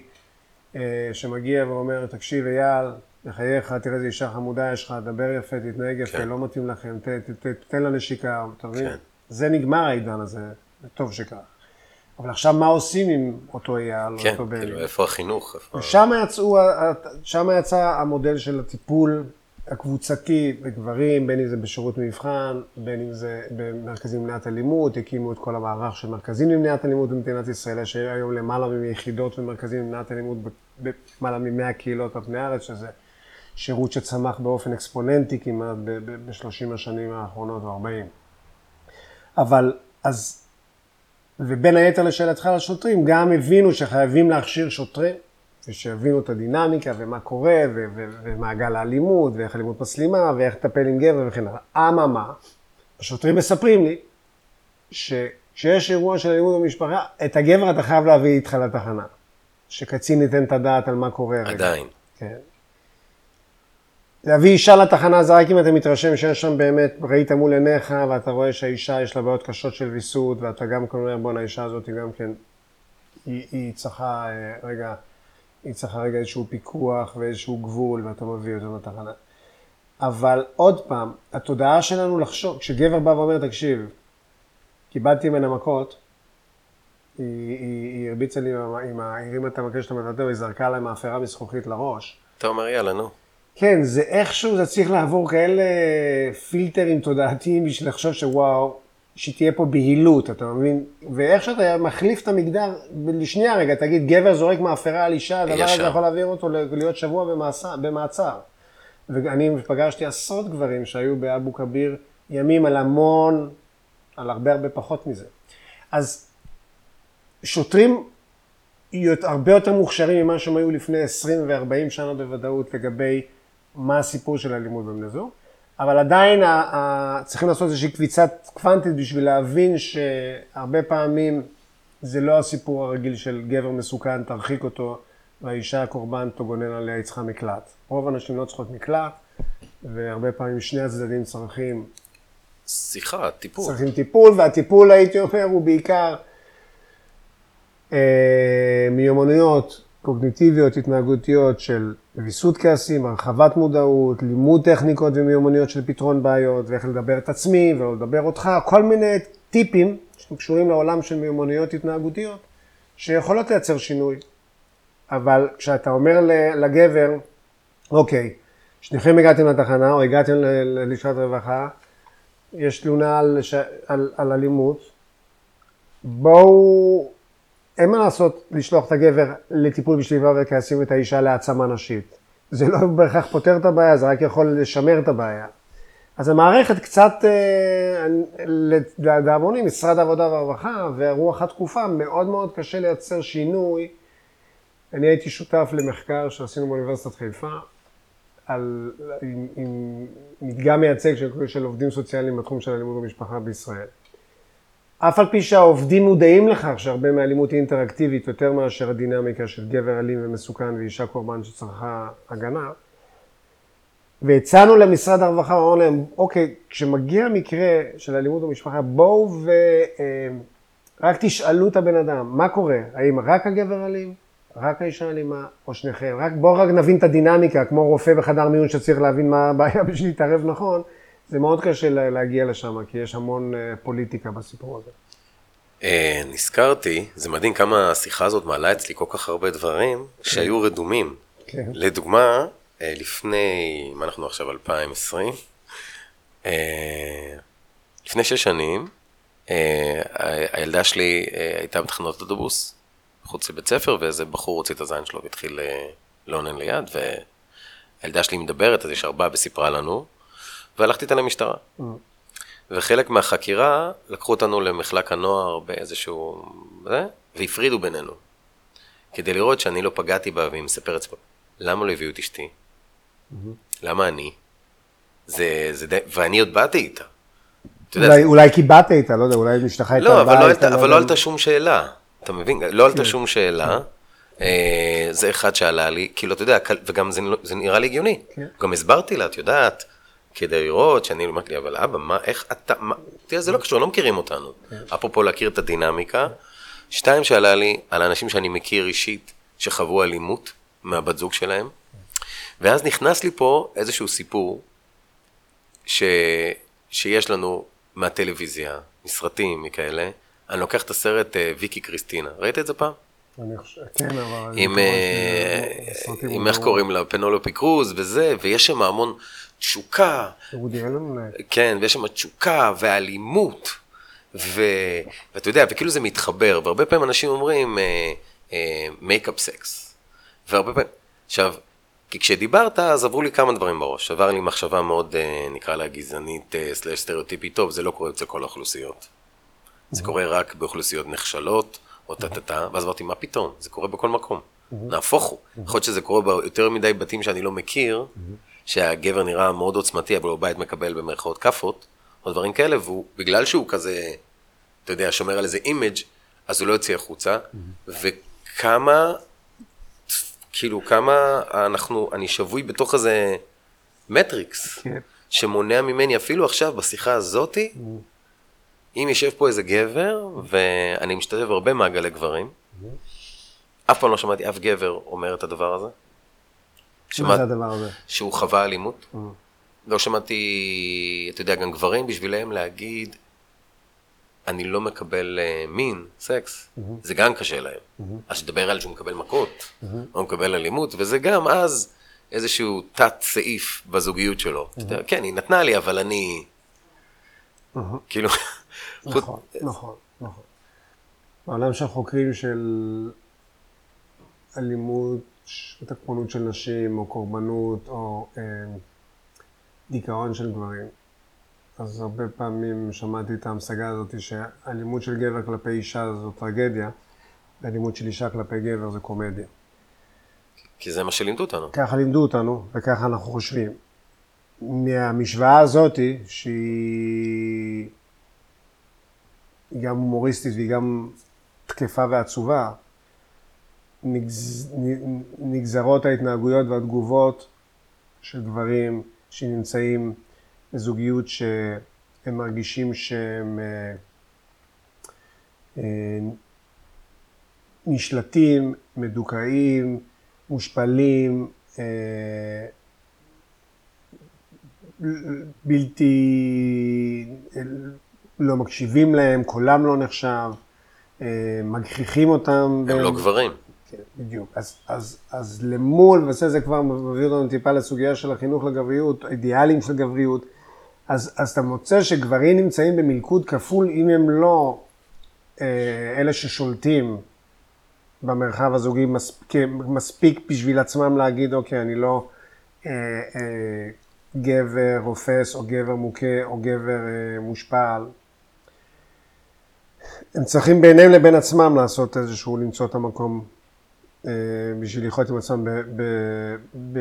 שמגיע ואומר, תקשיב אייל, לחייך, תראה איזה אישה חמודה יש לך, דבר יפה, תתנהג יפה, כן. לא מתאים לכם, ת, ת, ת, תן לה נשיקה, תבין? כן. זה נגמר העידן הזה, טוב שכך. אבל עכשיו מה עושים עם אותו אייל? כן, אותו כאילו, איפה החינוך? איפה... שם יצאו, שם יצא המודל של הטיפול הקבוצתי בגברים, בין אם זה בשירות מבחן, בין אם זה במרכזים למניעת אלימות, הקימו את כל המערך של מרכזים למניעת אלימות במדינת ישראל, יש היום למעלה מיחידות ומרכזים למניעת אלימות במעלה ממאה קהילות על פני הארץ, שזה שירות שצמח באופן אקספוננטי כמעט ב-שלושים השנים האחרונות או ארבעים. אבל אז, ובין היתר לשאלתך לשוטרים, גם הבינו שחייבים להכשיר שוטרים, ושהבינו את הדינמיקה ומה קורה, ו- ו- ומעגל האלימות, ואיך אלימות מסלימה, ואיך לטפל עם גבר וכן הלאה. אממה, השוטרים מספרים לי, שכשיש אירוע של אלימות במשפחה, את הגבר אתה חייב להביא איתך לתחנה. שקצין ניתן את הדעת על מה קורה. עדיין. כן. להביא אישה לתחנה זה רק אם אתה מתרשם שיש שם באמת, ראית מול עיניך, ואתה רואה שהאישה יש לה בעיות קשות של ויסות, ואתה גם אומר, בוא, האישה הזאת היא גם כן, היא, היא צריכה רגע, היא צריכה רגע איזשהו פיקוח ואיזשהו גבול, ואתה מביא אותו לתחנה. אבל עוד פעם, התודעה שלנו לחשוב, כשגבר בא ואומר, תקשיב, קיבלתי ממנה מכות, היא, היא, היא הרביצה לי, עם הרימה את המקש שאתה מטאטא, והיא זרקה לה מאפרה מזכוכית לראש. אתה אומר, יאללה, נו. כן, זה איכשהו, זה צריך לעבור כאלה פילטרים תודעתיים בשביל לחשוב שוואו, שתהיה פה בהילות, אתה מבין? ואיך שאתה מחליף את המגדר, לשנייה רגע, תגיד, גבר זורק מאפרה על אישה, הדבר הזה יכול להעביר אותו להיות שבוע במעצר, במעצר. ואני פגשתי עשרות גברים שהיו באבו כביר ימים על המון, על הרבה הרבה פחות מזה. אז שוטרים הרבה יותר מוכשרים ממה שהם היו לפני עשרים וארבעים שנה בוודאות לגבי מה הסיפור של האלימות בבני זוג, אבל עדיין צריכים לעשות איזושהי קביצת קוונטית בשביל להבין שהרבה פעמים זה לא הסיפור הרגיל של גבר מסוכן, תרחיק אותו, והאישה הקורבן תגונן עליה, היא צריכה מקלט. רוב האנשים לא צריכות מקלט, והרבה פעמים שני הצדדים צריכים... שיחה, טיפול. צריכים טיפול, והטיפול, הייתי אומר, הוא בעיקר... מיומנויות קוגניטיביות, התנהגותיות של ויסות כעסים, הרחבת מודעות, לימוד טכניקות ומיומנויות של פתרון בעיות, ואיך לדבר את עצמי ולא לדבר אותך, כל מיני טיפים שקשורים לעולם של מיומנויות התנהגותיות, שיכולות לייצר שינוי. אבל כשאתה אומר לגבר, אוקיי, שניכם הגעתם לתחנה או הגעתם ללשכת רווחה, יש תלונה על, על, על אלימות, בואו, אין מה לעשות לשלוח את הגבר לטיפול בשליבה וכעסים את האישה להעצמה נשית. זה לא בהכרח פותר את הבעיה, זה רק יכול לשמר את הבעיה. אז המערכת קצת, לדאבוני, משרד העבודה והרווחה ורוח התקופה, מאוד מאוד קשה לייצר שינוי. אני הייתי שותף למחקר שעשינו באוניברסיטת חיפה, על, עם, עם מדגם מייצג של, של עובדים סוציאליים בתחום של אלימות במשפחה בישראל. אף על פי שהעובדים מודעים לכך שהרבה מהאלימות היא אינטראקטיבית, יותר מאשר הדינמיקה של גבר אלים ומסוכן ואישה קורבן שצריכה הגנה. והצענו למשרד הרווחה, ואמרנו להם, אוקיי, כשמגיע מקרה של אלימות במשפחה, בואו ורק תשאלו את הבן אדם, מה קורה? האם רק הגבר אלים? רק האישה אלימה או שניכם? רק, בואו רק נבין את הדינמיקה, כמו רופא בחדר מיון שצריך להבין מה הבעיה בשביל להתערב נכון. זה מאוד קשה להגיע לשם, כי יש המון פוליטיקה בסיפור הזה. נזכרתי, זה מדהים כמה השיחה הזאת מעלה אצלי כל כך הרבה דברים שהיו רדומים. לדוגמה, לפני, מה אנחנו עכשיו, אלפיים ועשרים, לפני שש שנים, הילדה שלי הייתה בתחנות אוטובוס, חוץ לבית ספר, ואיזה בחור הוציא את הזין שלו והתחיל לאונן ליד, והילדה שלי מדברת, אז יש ארבעה וסיפרה לנו, והלכתי איתה למשטרה. Mm. וחלק מהחקירה, לקחו אותנו למחלק הנוער באיזשהו, זה, והפרידו בינינו. כדי לראות שאני לא פגעתי בה, והיא מספרת סיפור. למה לא הביאו את אשתי? Mm-hmm. למה אני? זה, זה די, ואני עוד באתי איתה. אולי, זה... אולי כי באתי איתה, לא יודע, אולי משתחה איתה. לא, אבל לא, איתה, אבל לא עלתה שום שאלה. אתה מבין? לא עלתה שום שאלה. אה, זה אחד שעלה לי, כאילו, אתה יודע, וגם זה, זה נראה לי הגיוני. גם הסברתי לה, את יודעת, כדי לראות שאני אומרת לי, אבל אבא, מה, איך אתה, מה, תראה, זה לא קשור, לא מכירים אותנו. אפרופו להכיר את הדינמיקה. שתיים שעלה לי על האנשים שאני מכיר אישית, שחוו אלימות מהבת זוג שלהם. ואז נכנס לי פה איזשהו סיפור, ש, שיש לנו מהטלוויזיה, מסרטים מכאלה. אני לוקח את הסרט ויקי קריסטינה. ראית את זה פעם? אני חושב, כן, אבל... עם, עם איך קוראים לה, פנולופי קרוז וזה, ויש שם המון תשוקה. כן, ויש שם תשוקה ואלימות, ו... ואתה יודע, וכאילו זה מתחבר, והרבה פעמים אנשים אומרים, מייקאפ סקס, והרבה פעמים, עכשיו, כי כשדיברת, אז עברו לי כמה דברים בראש, עבר לי מחשבה מאוד, נקרא לה גזענית, סלש סטריאוטיפית, טוב, זה לא קורה אצל כל האוכלוסיות. זה קורה רק באוכלוסיות נחשלות, או טטטה, ואז אמרתי, מה פתאום? זה קורה בכל מקום. נהפוך הוא. יכול להיות שזה קורה ביותר מדי בתים שאני לא מכיר, שהגבר נראה מאוד עוצמתי, אבל הוא בית מקבל במרכאות כפות, או דברים כאלה, והוא, בגלל שהוא כזה, אתה יודע, שומר על איזה אימג', אז הוא לא יוצא החוצה, וכמה, כאילו, כמה אנחנו, אני שבוי בתוך איזה מטריקס, שמונע ממני, אפילו עכשיו, בשיחה הזאתי, אם יושב פה איזה גבר, ואני משתתף הרבה מעגלי גברים, אף פעם לא שמעתי אף גבר אומר את הדבר הזה. מה זה הדבר הזה? שהוא חווה אלימות. לא שמעתי, אתה יודע, גם גברים בשבילם להגיד, אני לא מקבל מין, סקס. זה גם קשה להם. אז שדבר על שהוא מקבל מכות, או מקבל אלימות, וזה גם אז איזשהו תת סעיף בזוגיות שלו. כן, היא נתנה לי, אבל אני... כאילו... נכון, נכון, נכון. בעולם של חוקרים של אלימות, תקפונות של נשים, או קורבנות, או אה, דיכאון של גברים. אז הרבה פעמים שמעתי את ההמשגה הזאת שהאלימות של גבר כלפי אישה זו טרגדיה, והאלימות של אישה כלפי גבר זה קומדיה. כי זה מה שלימדו אותנו. ככה לימדו אותנו, וככה אנחנו חושבים. מהמשוואה הזאת, שהיא גם הומוריסטית והיא גם תקפה ועצובה, נגז... נגזרות ההתנהגויות והתגובות של גברים שנמצאים בזוגיות שהם מרגישים שהם נשלטים, מדוכאים, מושפלים, אה, בלתי, לא מקשיבים להם, קולם לא נחשב, אה, מגחיכים אותם. הם בין... לא גברים. כן, בדיוק. אז, אז, אז למול, וזה זה כבר מביא אותנו טיפה לסוגיה של החינוך לגבריות, אידיאלים של גבריות, אז, אז אתה מוצא שגברים נמצאים במלכוד כפול, אם הם לא אה, אלה ששולטים במרחב הזוגי מספיק, מספיק בשביל עצמם להגיד, אוקיי, אני לא אה, אה, גבר רופס, או גבר מוכה, או גבר אה, מושפל. הם צריכים ביניהם לבין עצמם לעשות איזשהו, למצוא את המקום אה, בשביל לחיות עם עצמם ב, ב, ב,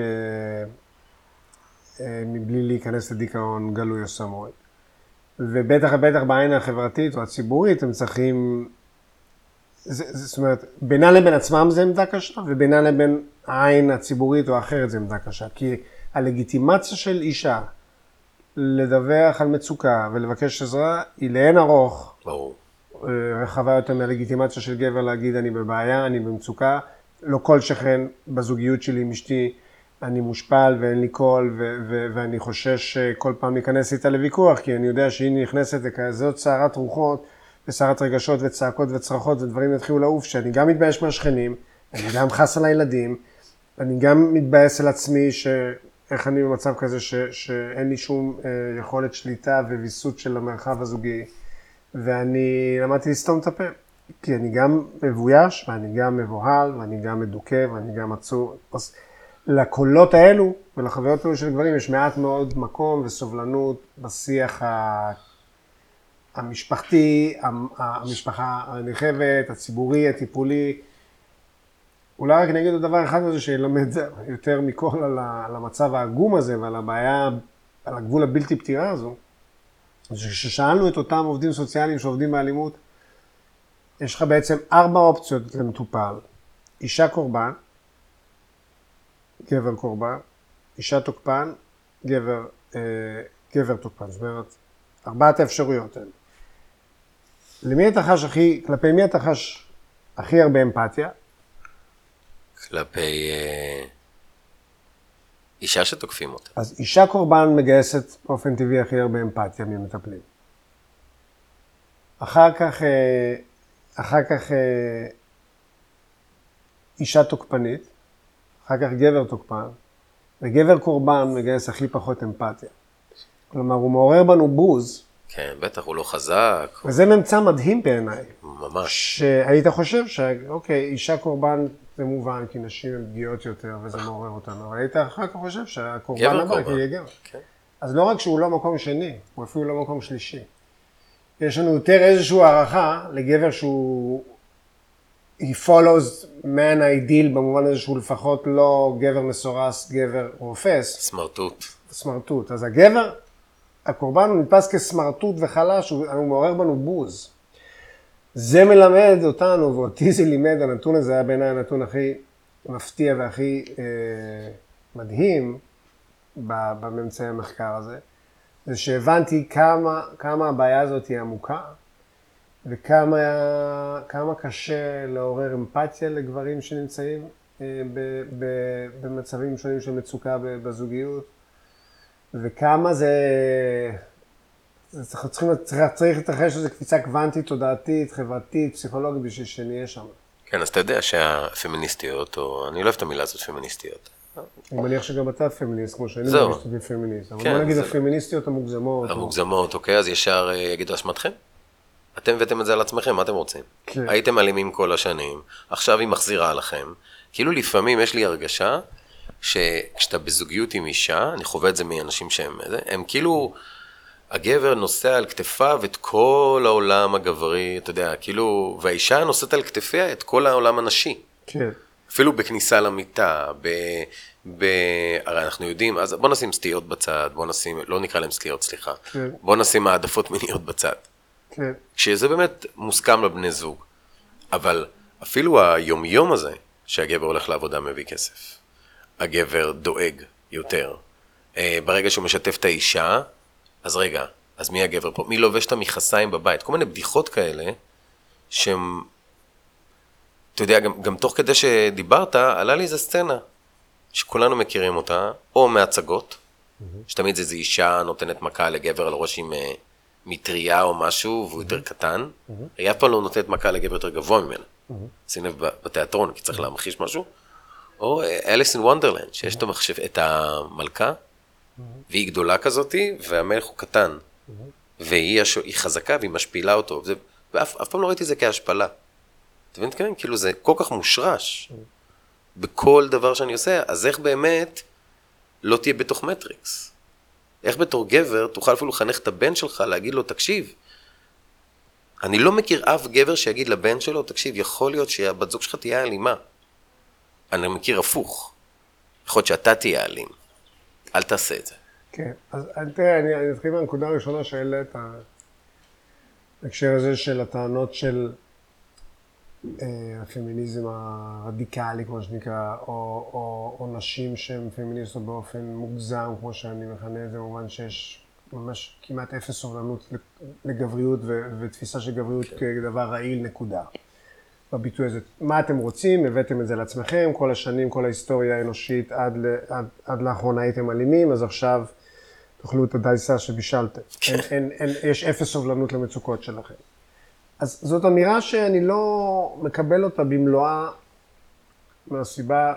אה, מבלי להיכנס לדיכאון גלוי או סמוי. ובטח ובטח בעין החברתית או הציבורית הם צריכים, זה, זה, זאת אומרת, בינם לבין עצמם זה עמדה קשה, ובינם לבין העין הציבורית או האחרת זה עמדה קשה. כי הלגיטימציה של אישה לדווח על מצוקה ולבקש עזרה היא לאין ארוך. ברור. רחבה יותר מהלגיטימציה של גבר להגיד אני בבעיה, אני במצוקה, לא כל שכן בזוגיות שלי עם אשתי, אני מושפל ואין לי קול ו- ו- ואני חושש כל פעם להיכנס איתה לוויכוח, כי אני יודע שהיא נכנסת לכזאת סערת רוחות וסערת רגשות וצעקות וצרחות ודברים יתחילו לעוף, שאני גם מתבייש מהשכנים, אני גם חס על הילדים, אני גם מתבייש על עצמי שאיך אני במצב כזה ש- שאין לי שום אה, יכולת שליטה וויסות של המרחב הזוגי. ואני למדתי לסתום את הפה, כי אני גם מבויש, ואני גם מבוהל, ואני גם מדוכא, ואני גם עצור. אז לקולות האלו ולחוויות האלו של גברים יש מעט מאוד מקום וסובלנות בשיח המשפחתי, המשפחה הנרחבת, הציבורי, הטיפולי. אולי רק נגיד עוד דבר אחד הזה שילמד יותר מכל על המצב העגום הזה ועל הבעיה, על הגבול הבלתי פתירה הזו. כששאלנו את אותם עובדים סוציאליים שעובדים באלימות, יש לך בעצם ארבע אופציות למטופל. אישה קורבן, גבר קורבן, אישה תוקפן, גבר, אה, גבר תוקפן. זאת אומרת, ארבעת האפשרויות האלה. למי אתה חש הכי, כלפי מי אתה חש הכי הרבה אמפתיה? כלפי אה, אישה שתוקפים אותה. אז אישה קורבן מגייסת באופן טבעי הכי הרבה אמפתיה ממטפלים. אחר כך, אחר כך אישה תוקפנית, אחר כך גבר תוקפן, וגבר קורבן מגייס הכי פחות אמפתיה. כלומר, הוא מעורר בנו בוז. כן, בטח, הוא לא חזק. וזה ממצא מדהים בעיניי. ממש. שהיית חושב שאוקיי, אישה קורבן זה מובן, כי נשים הן פגיעות יותר, וזה מעורר אותנו. אבל היית אחר כך חושב שהקורבן הבא יהיה גבר. כן. אז לא רק שהוא לא מקום שני, הוא אפילו לא מקום שלישי. יש לנו יותר איזושהי הערכה לגבר שהוא he follows man ideal, במובן הזה שהוא לפחות לא גבר מסורס, גבר רופס. סמרטוט. סמרטוט. אז הגבר, הקורבן הוא נתפס כסמרטוט וחלש, הוא מעורר בנו בוז. זה מלמד אותנו, ואותי זה לימד, הנתון הזה היה בעיניי הנתון הכי מפתיע והכי אה, מדהים בממצאי המחקר הזה, זה שהבנתי כמה, כמה הבעיה הזאת היא עמוקה, וכמה כמה קשה לעורר אמפתיה לגברים שנמצאים אה, ב, ב, במצבים שונים של מצוקה בזוגיות, וכמה זה... צריך, צריך, צריך לתרחש איזו קפיצה קוונטית, תודעתית, חברתית, פסיכולוגית, בשביל שנהיה שם. כן, אז אתה יודע שהפמיניסטיות, או אני לא אוהב את המילה הזאת פמיניסטיות. אני מניח שגם אתה פמיניסט, כמו שאני מניח שאתה פמיניסט. אבל בוא נגיד הפמיניסטיות המוגזמות. המוגזמות, אוקיי, אז ישר יגידו אשמתכם. אתם הבאתם את זה על עצמכם, מה אתם רוצים? כן. הייתם אלימים כל השנים, עכשיו היא מחזירה לכם. כאילו לפעמים יש לי הרגשה שכשאתה בזוגיות עם אישה, אני חווה את זה מאנשים שהם, הם כאילו... הגבר נושא על כתפיו את כל העולם הגברי, אתה יודע, כאילו, והאישה נושאת על כתפיה את כל העולם הנשי. כן. אפילו בכניסה למיטה, ב... ב... הרי אנחנו יודעים, אז בוא נשים סטיות בצד, בוא נשים, לא נקרא להם סטיות, סליחה. כן. בוא נשים העדפות מיניות בצד. כן. שזה באמת מוסכם לבני זוג. אבל אפילו היומיום הזה, שהגבר הולך לעבודה מביא כסף. הגבר דואג יותר. ברגע שהוא משתף את האישה, אז רגע, אז מי הגבר פה? מי לובש את המכסיים בבית? כל מיני בדיחות כאלה, שהן אתה יודע, גם, גם תוך כדי שדיברת, עלה לי איזו סצנה, שכולנו מכירים אותה, או מהצגות, mm-hmm. שתמיד איזו אישה נותנת מכה לגבר על ראש עם uh, מטריה או משהו, והוא mm-hmm. יותר קטן, mm-hmm. היא אף פעם לא נותנת מכה לגבר יותר גבוה ממנה, mm-hmm. שים לב בתיאטרון, כי צריך mm-hmm. להמחיש משהו, או אליס אין וונדרלנד, שיש mm-hmm. מחשב, את המלכה, mm-hmm. והיא גדולה כזאת, והמלך הוא קטן, mm-hmm. והיא הש... חזקה והיא משפילה אותו, וזה... ואף אף פעם לא ראיתי את זה כהשפלה. אתה מבין? כן? כאילו זה כל כך מושרש בכל דבר שאני עושה, אז איך באמת לא תהיה בתוך מטריקס? איך בתור גבר תוכל אפילו לחנך את הבן שלך, להגיד לו, תקשיב, אני לא מכיר אף גבר שיגיד לבן שלו, תקשיב, יכול להיות שהבת זוג שלך תהיה אלימה. אני מכיר הפוך. יכול להיות שאתה תהיה אלים. אל תעשה את זה. כן, אז תראה, אני, אני אתחיל מהנקודה הראשונה שהעלית, ההקשר הזה של הטענות של אה, הפמיניזם הרדיקלי, כמו שנקרא, או, או, או נשים שהן פמיניסטות באופן מוגזם, כמו שאני מכנה את זה, במובן שיש ממש כמעט אפס סובלנות לגבריות ו, ותפיסה של גבריות כן. כדבר רעיל, נקודה. בביטוי הזה, מה אתם רוצים, הבאתם את זה לעצמכם, כל השנים, כל ההיסטוריה האנושית, עד, עד, עד לאחרונה הייתם אלימים, אז עכשיו תאכלו את הדייסה שבישלתם. אין, אין, אין, יש אפס סובלנות למצוקות שלכם. אז זאת אמירה שאני לא מקבל אותה במלואה, מהסיבה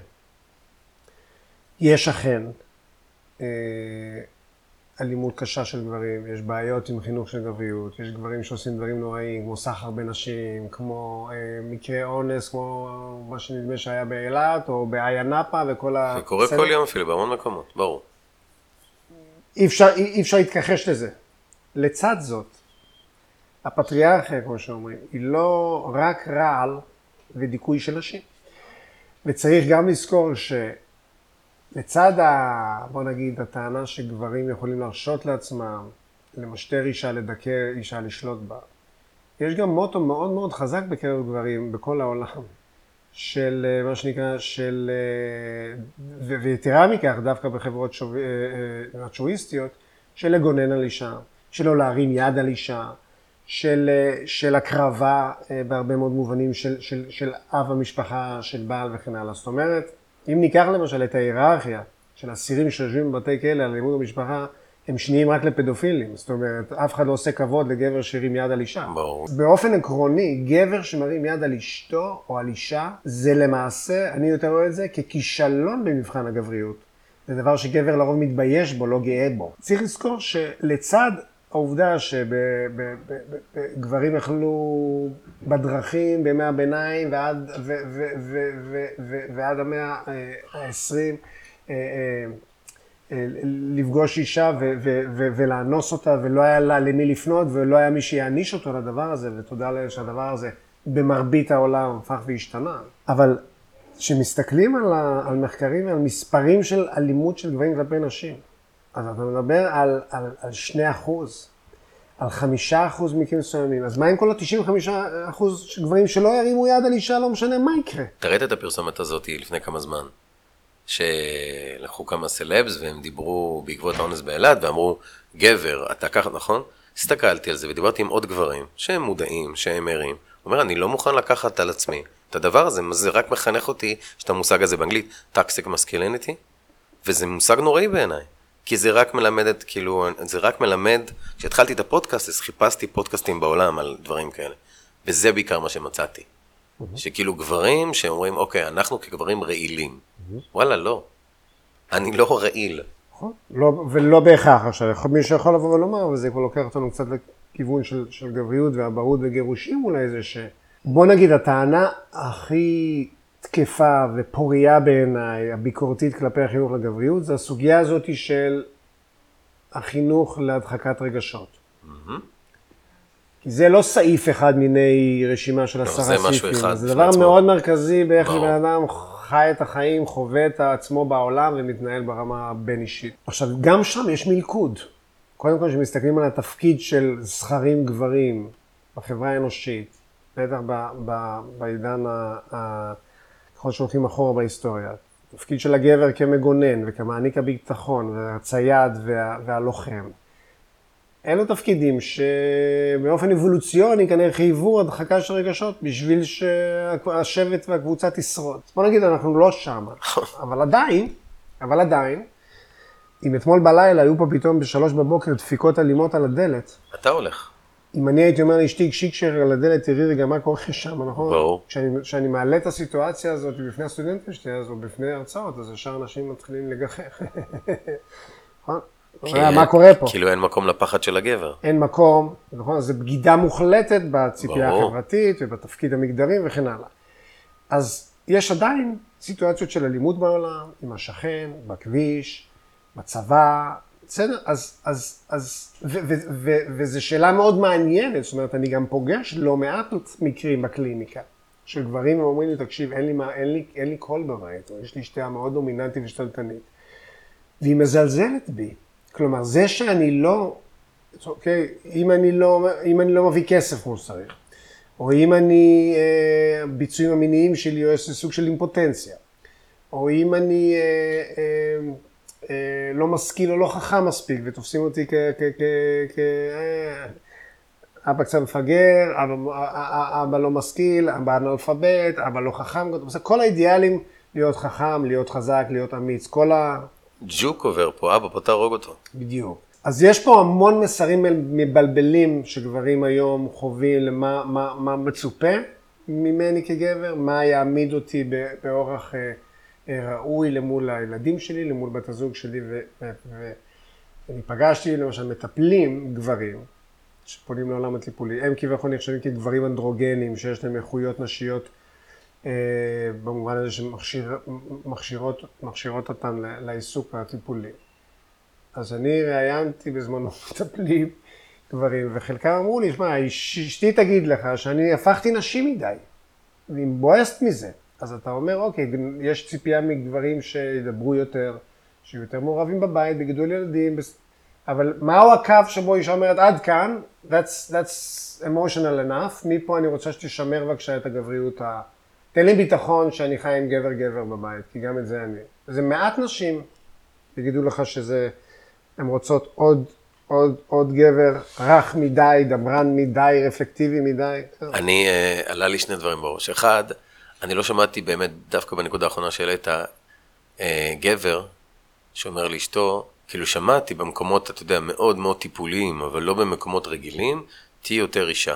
שיש אכן אה, אלימות קשה של גברים, יש בעיות עם חינוך של גבריות, יש גברים שעושים דברים נוראים, כמו סחר בנשים, כמו אה, מקרה אונס, כמו מה שנדמה שהיה באילת, או באיה נאפה, וכל ה... זה קורה כל יום אפילו, בהמון מקומות, ברור. אי אפשר, אי, אי אפשר להתכחש לזה. לצד זאת, הפטריארכיה, כמו שאומרים, היא לא רק רעל ודיכוי של נשים. וצריך גם לזכור שלצד, ה, בוא נגיד, הטענה שגברים יכולים להרשות לעצמם, למשטר אישה, לדכא אישה, לשלוט בה, יש גם מוטו מאוד מאוד חזק בקרב גברים בכל העולם, של מה שנקרא, של, ויתרה מכך, דווקא בחברות מצ'ואיסטיות, של לגונן על אישה, שלא להרים יד על אישה, של, של הקרבה בהרבה מאוד מובנים של, של, של אב המשפחה, של בעל וכן הלאה. זאת אומרת, אם ניקח למשל את ההיררכיה של אסירים שיושבים בבתי כלא על אלימות במשפחה, הם שניים רק לפדופילים. זאת אומרת, אף אחד לא עושה כבוד לגבר שירים יד על אישה. ברור. באופן עקרוני, גבר שמרים יד על אשתו או על אישה, זה למעשה, אני יותר רואה את זה, ככישלון במבחן הגבריות. זה דבר שגבר לרוב מתבייש בו, לא גאה בו. צריך לזכור שלצד העובדה שגברים יכלו בדרכים בימי הביניים ועד, ו, ו, ו, ו, ו, ועד המאה ה-עשרים לפגוש אישה ו, ו, ו, ולאנוס אותה, ולא היה לה למי לפנות ולא היה מי שיעניש אותו לדבר הזה, ותודה לה שהדבר הזה במרבית העולם הפך והשתנה. אבל כשמסתכלים על, ה, על מחקרים ועל מספרים של אלימות של גברים כלפי נשים, אז אתה מדבר על, על, על שני אחוז, על חמישה אחוז מקרים מסוימים. אז מה עם כל ה-תשעים וחמישה אחוז גברים שלא ירימו יד על אישה, לא משנה מה יקרה? תראית את הפרסומת הזאת לפני כמה זמן, שלקחו כמה סלבס והם דיברו בעקבות האונס באילת ואמרו, גבר, אתה ככה, נכון? הסתכלתי על זה ודיברתי עם עוד גברים שהם מודעים, שהם ערים. הוא אומר, אני לא מוכן לקחת על עצמי את הדבר הזה, זה רק מחנך אותי, שאת המושג הזה באנגלית, toxic masculinity, וזה מושג נוראי בעיניי. כי זה רק מלמד, כאילו, זה רק מלמד, כשהתחלתי את הפודקאסט, אז חיפשתי פודקאסטים בעולם על דברים כאלה. וזה בעיקר מה שמצאתי. Mm-hmm. שכאילו גברים שאומרים, אוקיי, אנחנו כגברים רעילים. Mm-hmm. וואלה, לא. אני לא רעיל. נכון. לא, ולא בהכרח עכשיו. מי שיכול לבוא ולומר, וזה כבר לוקח אותנו קצת לכיוון של, של גבריות והברות וגירושים אולי, זה ש... בוא נגיד, הטענה הכי תקפה ופוריה בעיניי, הביקורתית כלפי החינוך לגבריות, זה הסוגיה הזאת של החינוך להדחקת רגשות. Mm-hmm. כי זה לא סעיף אחד מיני רשימה של עשרה סעיפים. זה משהו אחד. זה דבר עצמו. מאוד מרכזי באיך בן אדם חי את החיים, חווה את עצמו בעולם ומתנהל ברמה בין אישית. עכשיו, גם שם יש מלכוד. קודם כל, כשמסתכלים על התפקיד של זכרים גברים בחברה האנושית, בטח בעידן ה... ככל שהולכים אחורה בהיסטוריה, תפקיד של הגבר כמגונן וכמעניק הביטחון והצייד וה, והלוחם. אלו תפקידים שבאופן אבולוציוני כנראה חייבו הדחקה של רגשות בשביל שהשבט והקבוצה תשרוד. בוא נגיד, אנחנו לא שם, אבל עדיין, אבל עדיין, אם אתמול בלילה היו פה פתאום בשלוש בבוקר דפיקות אלימות על הדלת, אתה הולך. אם אני הייתי אומר לאשתי שיקשר על הדלת, תראי רגע מה קורה שם, נכון? ברור. כשאני, כשאני מעלה את הסיטואציה הזאת בפני הסטודנטים שלי, אז או בפני הרצאות, אז ישר אנשים מתחילים לגחך. נכון? מה קורה פה? כאילו אין מקום לפחד של הגבר. אין מקום, נכון? זו בגידה מוחלטת בציפייה החברתית ובתפקיד המגדרי וכן הלאה. אז יש עדיין סיטואציות של אלימות בעולם, עם השכן, בכביש, בצבא, בסדר? אז, אז, אז, ו, ו, ו, וזו שאלה מאוד מעניינת, זאת אומרת, אני גם פוגש לא מעט מקרים בקליניקה, של גברים ואומרים לי, תקשיב, אין לי, מה, אין לי, אין לי קול בבית, או יש לי שתייה מאוד דומיננטית ושתלטנית, והיא מזלזלת בי. כלומר, זה שאני לא, אוקיי, אם אני לא, אם אני לא מביא כסף כמו שצריך, או אם אני, אה, ביצועים המיניים שלי, או איזה סוג של אימפוטנציה, או אם אני אה, אה, אה, לא משכיל או לא חכם מספיק, ותופסים אותי כ... כ, כ, כ אה, אבא קצת מפגר, אבא, אבא לא משכיל, אבא אנאלפבית, אבא לא חכם, כל האידיאלים להיות חכם, להיות חזק, להיות אמיץ, כל ה... ג'וק עובר פה, אבא פה תהרוג אותו. בדיוק. אז יש פה המון מסרים מבלבלים שגברים היום חווים למה מה, מה מצופה ממני כגבר, מה יעמיד אותי באורח ראוי למול הילדים שלי, למול בת הזוג שלי, ואני פגשתי למשל מטפלים גברים שפונים לעולם הטיפולי, הם כביכול נחשבים כגברים אנדרוגנים שיש להם איכויות נשיות במובן הזה שמכשירות מכשירות אותן לעיסוק הטיפולי. אז אני ראיינתי בזמנו מטפלים גברים, וחלקם אמרו לי, שמע, אשתי תגיד לך שאני הפכתי נשים מדי, והיא בועסת מזה. אז אתה אומר, אוקיי, יש ציפייה מגברים שידברו יותר, שיהיו יותר מעורבים בבית, בגידול ילדים, אבל מהו הקו שבו אישה אומרת, עד כאן, that's, that's emotional enough, מפה אני רוצה שתשמר בבקשה את הגבריות ה... תן לי ביטחון שאני חי עם גבר גבר בבית, כי גם את זה אני. זה מעט נשים, יגידו לך שזה, הן רוצות עוד, עוד, עוד גבר רך מדי, דברן מדי, רפלקטיבי מדי. אני, uh, עלה לי שני דברים בראש. אחד, אני לא שמעתי באמת, דווקא בנקודה האחרונה שהעלית, uh, גבר שאומר לאשתו, כאילו שמעתי במקומות, אתה יודע, מאוד מאוד טיפוליים, אבל לא במקומות רגילים, תהי יותר אישה.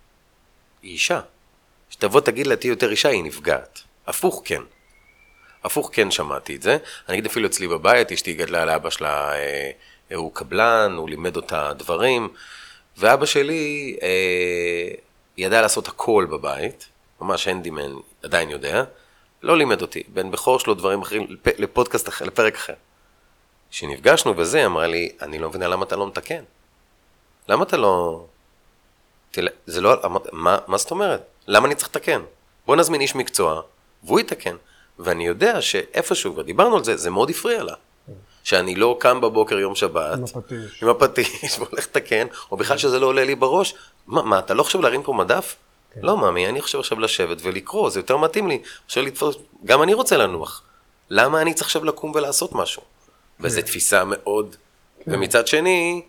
היא אישה. שתבוא תגיד לה, תהי יותר אישה, היא נפגעת. הפוך כן. הפוך כן שמעתי את זה. אני אגיד אפילו אצלי בבית, אשתי גדלה לאבא שלה, אה, הוא קבלן, הוא לימד אותה דברים, ואבא שלי אה, ידע לעשות הכל בבית, ממש הנדימן עדיין יודע, לא לימד אותי, בן בכור שלו דברים אחרים, לפ, לפודקאסט אחר, לפרק אחר. כשנפגשנו בזה, אמרה לי, אני לא מבינה למה אתה לא מתקן. למה אתה לא... תלה, זה לא... מה, מה זאת אומרת? למה אני צריך לתקן? בוא נזמין איש מקצוע, והוא יתקן. ואני יודע שאיפשהו, ודיברנו על זה, זה מאוד הפריע לה. שאני לא קם בבוקר יום שבת, עם הפטיש, עם הפטיש, והולך לתקן, או בכלל שזה לא עולה לי בראש. מה, מה אתה לא חושב להרים פה מדף? כן. לא, מאמי, אני חושב עכשיו לשבת ולקרוא, זה יותר מתאים לי. עכשיו לתפוס, גם אני רוצה לנוח. למה אני צריך עכשיו לקום ולעשות משהו? כן. וזו תפיסה מאוד, כן. ומצד שני,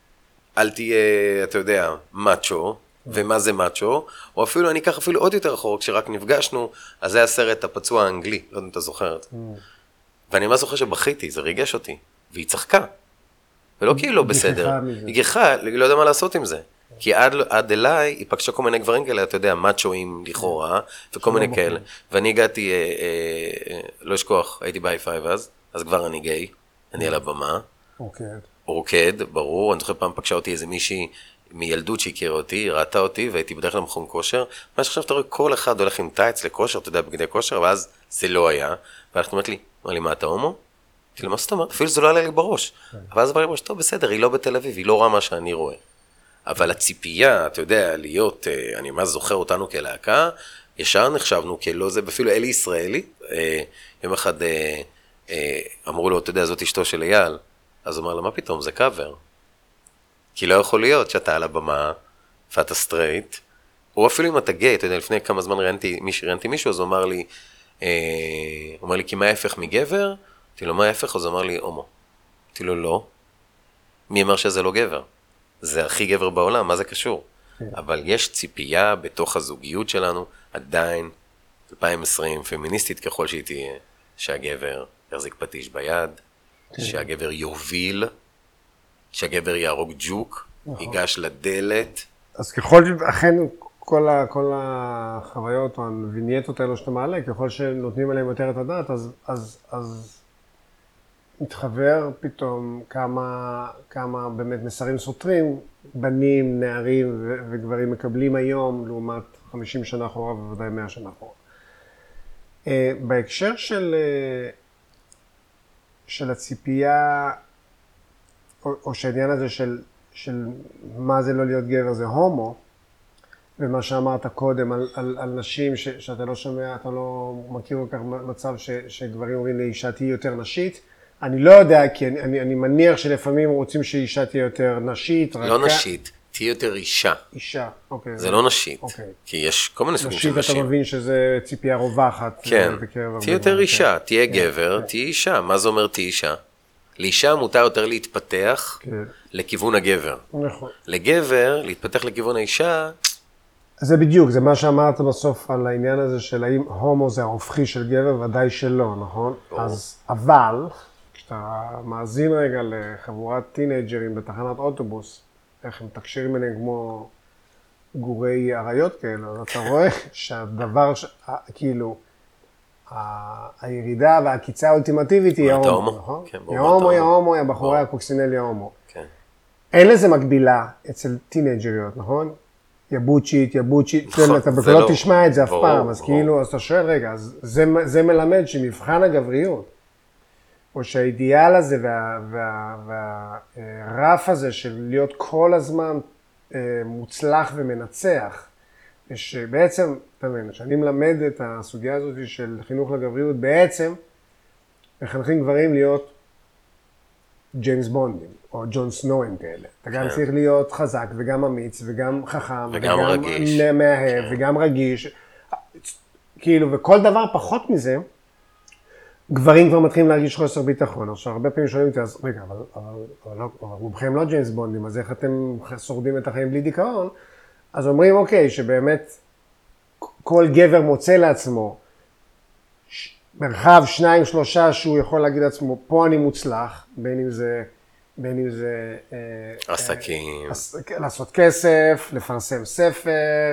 אל תהיה, אתה יודע, מאצ'ו, ומה זה מאצ'ו, או אפילו, אני אקח אפילו עוד יותר אחורה, כשרק נפגשנו, אז זה הסרט הפצוע האנגלי, לא יודע אם אתה זוכרת. Mm. ואני מה זוכר שבכיתי, זה ריגש אותי, והיא צחקה. ולא כי היא לא בסדר, היא גיחה, לא יודע מה לעשות עם זה. כי עד, עד אליי, היא פגשה כל מיני גברים כאלה, אתה יודע, מאצ'ואים לכאורה, וכל מיני כאלה. ואני הגעתי, אה, אה, לא אשכוח, הייתי ב-איי פייב אז, אז כבר אני גיי, אני על הבמה. אוקיי. רוקד, ברור, אני זוכר פעם פגשה אותי איזה מישהי מילדות שהכירה אותי, היא ראתה אותי, והייתי בדרך כלל מכון כושר, מה שעכשיו אתה רואה, כל אחד הולך עם טייץ לכושר, אתה יודע, בגדי כושר, ואז זה לא היה, והלכת אומרת לי, אמר לי, מה אתה הומו? אמרתי לי, מה זאת אומרת? אפילו זה לא עלה לי בראש. אבל אז אמר לי, טוב, בסדר, היא לא בתל אביב, היא לא רואה מה שאני רואה. אבל הציפייה, אתה יודע, להיות, אני מה זוכר אותנו כלהקה, ישר נחשבנו כלא זה, ואפילו אלי ישראלי, יום אחד אמרו לו, אתה יודע, זאת אשתו של אייל, אז הוא אמר לה, מה פתאום, זה קאבר. כי לא יכול להיות שאתה על הבמה, ואתה סטרייט, או אפילו אם אתה גיי, אתה יודע, לפני כמה זמן ראיינתי מישהו, אז הוא אמר לי, הוא אומר לי, כי מה ההפך מגבר? אמרתי לו, מה ההפך? אז הוא אמר לי, הומו. אמרתי לו, לא. מי אמר שזה לא גבר? זה הכי גבר בעולם, מה זה קשור? אבל יש ציפייה בתוך הזוגיות שלנו, עדיין, אלפיים ועשרים, פמיניסטית ככל שהיא תהיה, שהגבר יחזיק פטיש ביד, שהגבר יוביל, שהגבר יהרוג ג'וק, ייגש לדלת. אז ככל שאכן כל, ה, כל החוויות או הווינייטות האלו שאתה מעלה, ככל שנותנים עליהם יותר את הדעת, אז, אז, אז מתחבר פתאום כמה, כמה באמת מסרים סותרים, בנים, נערים ו- וגברים מקבלים היום, לעומת חמישים שנה אחורה ובוודאי מאה שנה אחורה. Uh, בהקשר של, uh, של הציפייה, או, או שהעניין הזה של, של מה זה לא להיות גבר זה הומו, ומה שאמרת קודם על, על, על נשים ש, שאתה לא שומע, אתה לא מכיר כל כך מצב ש, שגברים אומרים לאישה תהי יותר נשית. אני לא יודע, כי אני, אני, אני מניח שלפעמים רוצים שאישה תהיה יותר נשית. לא רכה. נשית, תהיה יותר אישה. אישה, אוקיי. זה לא נשית, אוקיי. כי יש כל מיני סוגים של נשית נשים. אתה מבין שזה ציפייה רווחת. כן, בקרב תהיה יותר אישה, תהיה גבר, תהיה אישה. מה זה אומר תהיה אישה? לאישה מותר יותר להתפתח לכיוון הגבר. נכון. לגבר, להתפתח לכיוון האישה. זה בדיוק, זה מה שאמרת בסוף על העניין הזה של האם הומו זה ההופכי של גבר, ודאי שלא, נכון? אז, אבל, כשאתה מאזין רגע לחבורת טינג'רים בתחנת אוטובוס, איך הם תקשירים אליהם כמו גורי אריות כאלה, אז אתה רואה שהדבר, ש... כאילו, הירידה והקיצה האולטימטיבית היא ההומו, נכון? היא ההומו, היא ההומו, היא הבחורי הקוקסינל, היא ההומו. אין לזה מקבילה אצל טינג'ריות, נכון? יבוצ'ית, יבוצ'ית, אתה לא תשמע את זה אף פעם, אז כאילו, אז אתה שואל, רגע, אז זה מלמד שמבחן הגבריות, או שהאידיאל הזה והרף הזה של להיות כל הזמן מוצלח ומנצח, שבעצם, אתה מבין, שאני מלמד את הסוגיה הזאת של חינוך לגבריות, בעצם מחנכים גברים להיות ג'יימס בונדים, או ג'ון סנואים כאלה. אתה גם צריך להיות חזק וגם אמיץ וגם חכם, וגם רגיש. מאהב וגם רגיש. כאילו, וכל דבר פחות מזה, גברים כבר מתחילים להרגיש חוסר ביטחון. עכשיו, הרבה פעמים שואלים אותי, אז רגע, אבל, אבל, אבל, אבל רובכם לא ג'יימס בונדים, אז איך אתם שורדים את החיים בלי דיכאון? אז אומרים, אוקיי, שבאמת כל גבר מוצא לעצמו מרחב שניים, שלושה, שהוא יכול להגיד לעצמו, פה אני מוצלח, בין אם זה, בין אם זה... עסקים. לעשות כסף, לפרסם ספר,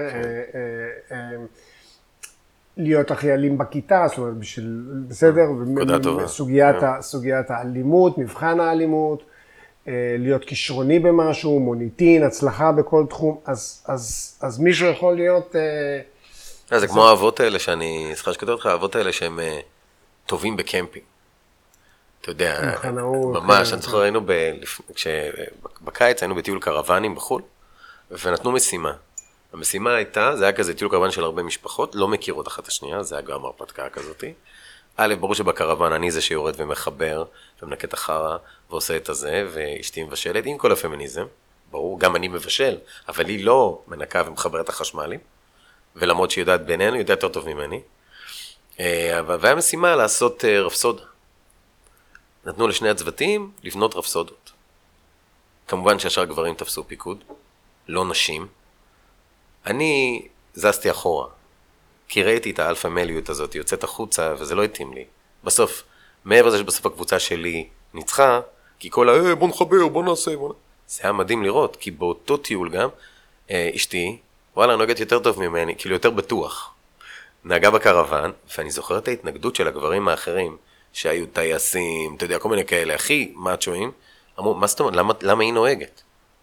להיות הכי אלים בכיתה, זאת אומרת, בשביל, בסדר? נקודה טובה. סוגיית האלימות, מבחן האלימות, להיות כישרוני במשהו, מוניטין, הצלחה בכל תחום, אז מישהו יכול להיות... זה כמו האבות האלה שאני, סליחה שכתוב אותך, האבות האלה שהם טובים בקמפינג. אתה יודע, ממש, אני זוכר, היינו בקיץ, היינו בטיול קרוונים בחול, ונתנו משימה. המשימה הייתה, זה היה כזה טיול קרוון של הרבה משפחות, לא מכירות אחת השנייה, זה היה גם הרפתקה כזאת. א', ברור שבקרוון אני זה שיורד ומחבר, ומנקה את החרה, ועושה את הזה, ואשתי מבשלת, עם כל הפמיניזם, ברור, גם אני מבשל, אבל היא לא מנקה ומחבר את החשמלים. ולמרות שהיא יודעת בינינו, היא יודעת יותר טוב ממני. והיה משימה לעשות רפסודה. נתנו לשני הצוותים לבנות רפסודות. כמובן שהשאר גברים תפסו פיקוד, לא נשים. אני זזתי אחורה, כי ראיתי את האלפא מליות הזאת, יוצאת החוצה, וזה לא התאים לי. בסוף, מעבר לזה שבסוף הקבוצה שלי ניצחה, כי כל ה... בוא נחבר, בוא נעשה, בוא נעשה. זה היה מדהים לראות, כי באותו טיול גם, אשתי, וואלה, נוגעת יותר טוב ממני, כאילו יותר בטוח. נהגה בקרוון, ואני זוכר את ההתנגדות של הגברים האחרים, שהיו טייסים, אתה יודע, כל מיני כאלה, הכי מאצ'ואים, אמרו, מה זאת אומרת, למה, למה היא נוהגת?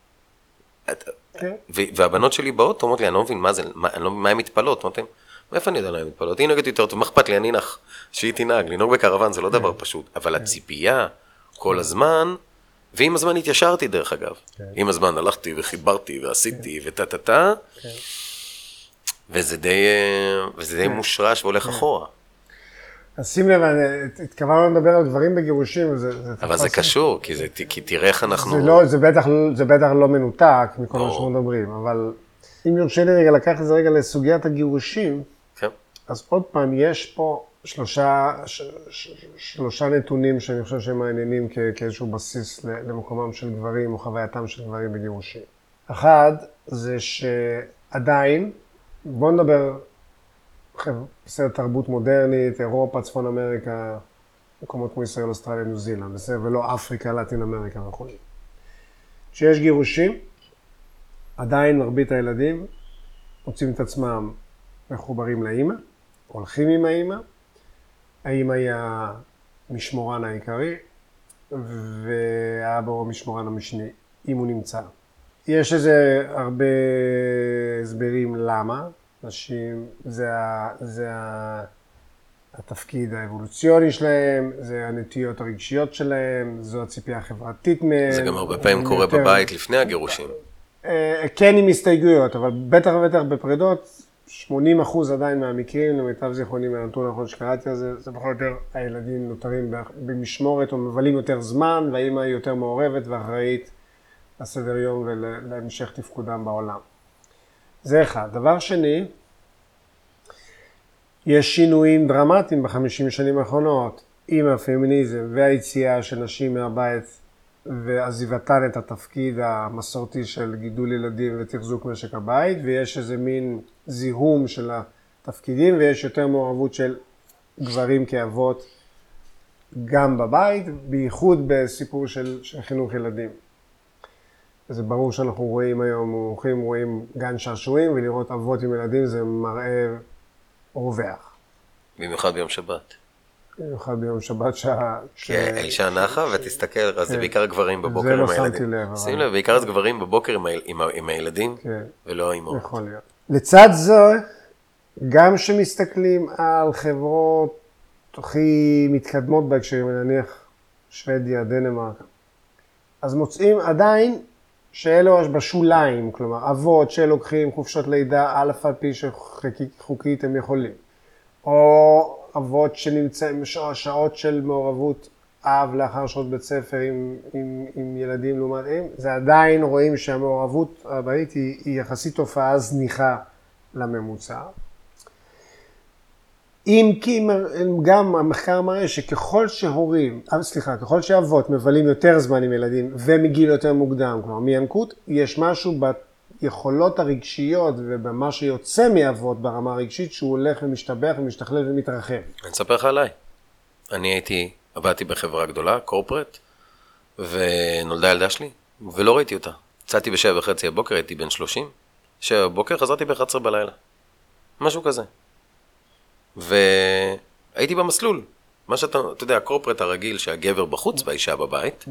והבנות שלי באות, אומרות לי, אני לא מבין מה זה, אני לא מבין מה הן מתפלות, אמרתם, מאיפה אני יודע למה הן מתפלות? היא נוהגת יותר טוב, מה אכפת לי, אני נח, שהיא תנהג, לנהוג בקרוון זה לא דבר פשוט, אבל הציפייה כל הזמן, ועם הזמן התיישרתי דרך אגב. עם הזמן הלכתי וחיברתי ועשיתי וטטטה, וזה די מושרש והולך אחורה. אז שים לב, התכוונו לדבר על דברים בגירושים. אבל זה קשור, כי תראה איך אנחנו... זה בטח לא מנותק מכל מה שאנחנו מדברים, אבל אם יורשה לי רגע לקח את זה רגע לסוגיית הגירושים, אז עוד פעם יש פה שלושה, ש, ש, שלושה נתונים שאני חושב שהם מעניינים כ, כאיזשהו בסיס למקומם של גברים או חווייתם של גברים בגירושים. אחד, זה שעדיין, בואו נדבר בסדר תרבות מודרנית, אירופה, צפון אמריקה, מקומות כמו ישראל, אוסטרליה, ניו זילנד, בסדר, ולא אפריקה, לטין אמריקה וכו'. כשיש גירושים, עדיין מרבית הילדים מוצאים את עצמם מחוברים לאמא, הולכים עם האמא, האמא היא המשמורן העיקרי, והאבא הוא המשמורן המשני, אם הוא נמצא. יש איזה הרבה הסברים למה, נשים, זה, ה, זה ה, התפקיד האבולוציוני שלהם, זה הנטיות הרגשיות שלהם, זו הציפייה החברתית מהם. זה גם הרבה פעמים קורה יותר... בבית לפני הגירושים. כן עם הסתייגויות, אבל בטח ובטח בפרידות, שמונים אחוז עדיין מהמקרים, למיטב זיכרוני מהנתון האחרון שקראתי על זה, זה בכל יותר הילדים נותרים במשמורת או מבלים יותר זמן, והאמא היא יותר מעורבת ואחראית לסדר יום ולהמשך תפקודם בעולם. זה אחד. דבר שני, יש שינויים דרמטיים בחמישים שנים האחרונות עם הפמיניזם והיציאה של נשים מהבית ועזיבתן את התפקיד המסורתי של גידול ילדים ותחזוק משק הבית, ויש איזה מין זיהום של התפקידים ויש יותר מעורבות של גברים כאבות גם בבית, בייחוד בסיפור של, של חינוך ילדים. זה ברור שאנחנו רואים היום, הולכים רואים גן שעשועים, ולראות אבות עם ילדים זה מראה רווח. במיוחד ביום שבת. במיוחד ביום שבת שעה... כי האישה נחה ותסתכל, זה בעיקר גברים בבוקר עם הילדים. זה לא שמתי לב. שים לב, בעיקר זה גברים בבוקר עם הילדים, ולא האימהות. יכול להיות. לצד זה, גם שמסתכלים על חברות הכי מתקדמות בהקשרים, נניח שוודיה, דנמרק, אז מוצאים עדיין שאלו בשוליים, כלומר, אבות שלוקחים חופשות לידה, א' על פי שחוקית הם יכולים. או אבות שנמצאים שעות של מעורבות אב לאחר שעות בית ספר עם, עם, עם ילדים לעומת אם, זה עדיין רואים שהמעורבות הבית היא, היא יחסית תופעה זניחה לממוצע. אם כי גם המחקר מראה שככל שהורים, סליחה, ככל שאבות מבלים יותר זמן עם ילדים ומגיל יותר מוקדם, כלומר מינקות, יש משהו ביכולות הרגשיות ובמה שיוצא מאבות ברמה הרגשית שהוא הולך ומשתבח ומשתכלל ומתרחב. אני אספר לך עליי. אני הייתי, עבדתי בחברה גדולה, קורפרט, ונולדה ילדה שלי, ולא ראיתי אותה. יצאתי בשבע וחצי הבוקר, הייתי בן שלושים, שבע בבוקר חזרתי ב-אחת עשרה בלילה. משהו כזה. והייתי במסלול, מה שאתה, אתה יודע, הקורפרט הרגיל שהגבר בחוץ והאישה בבית,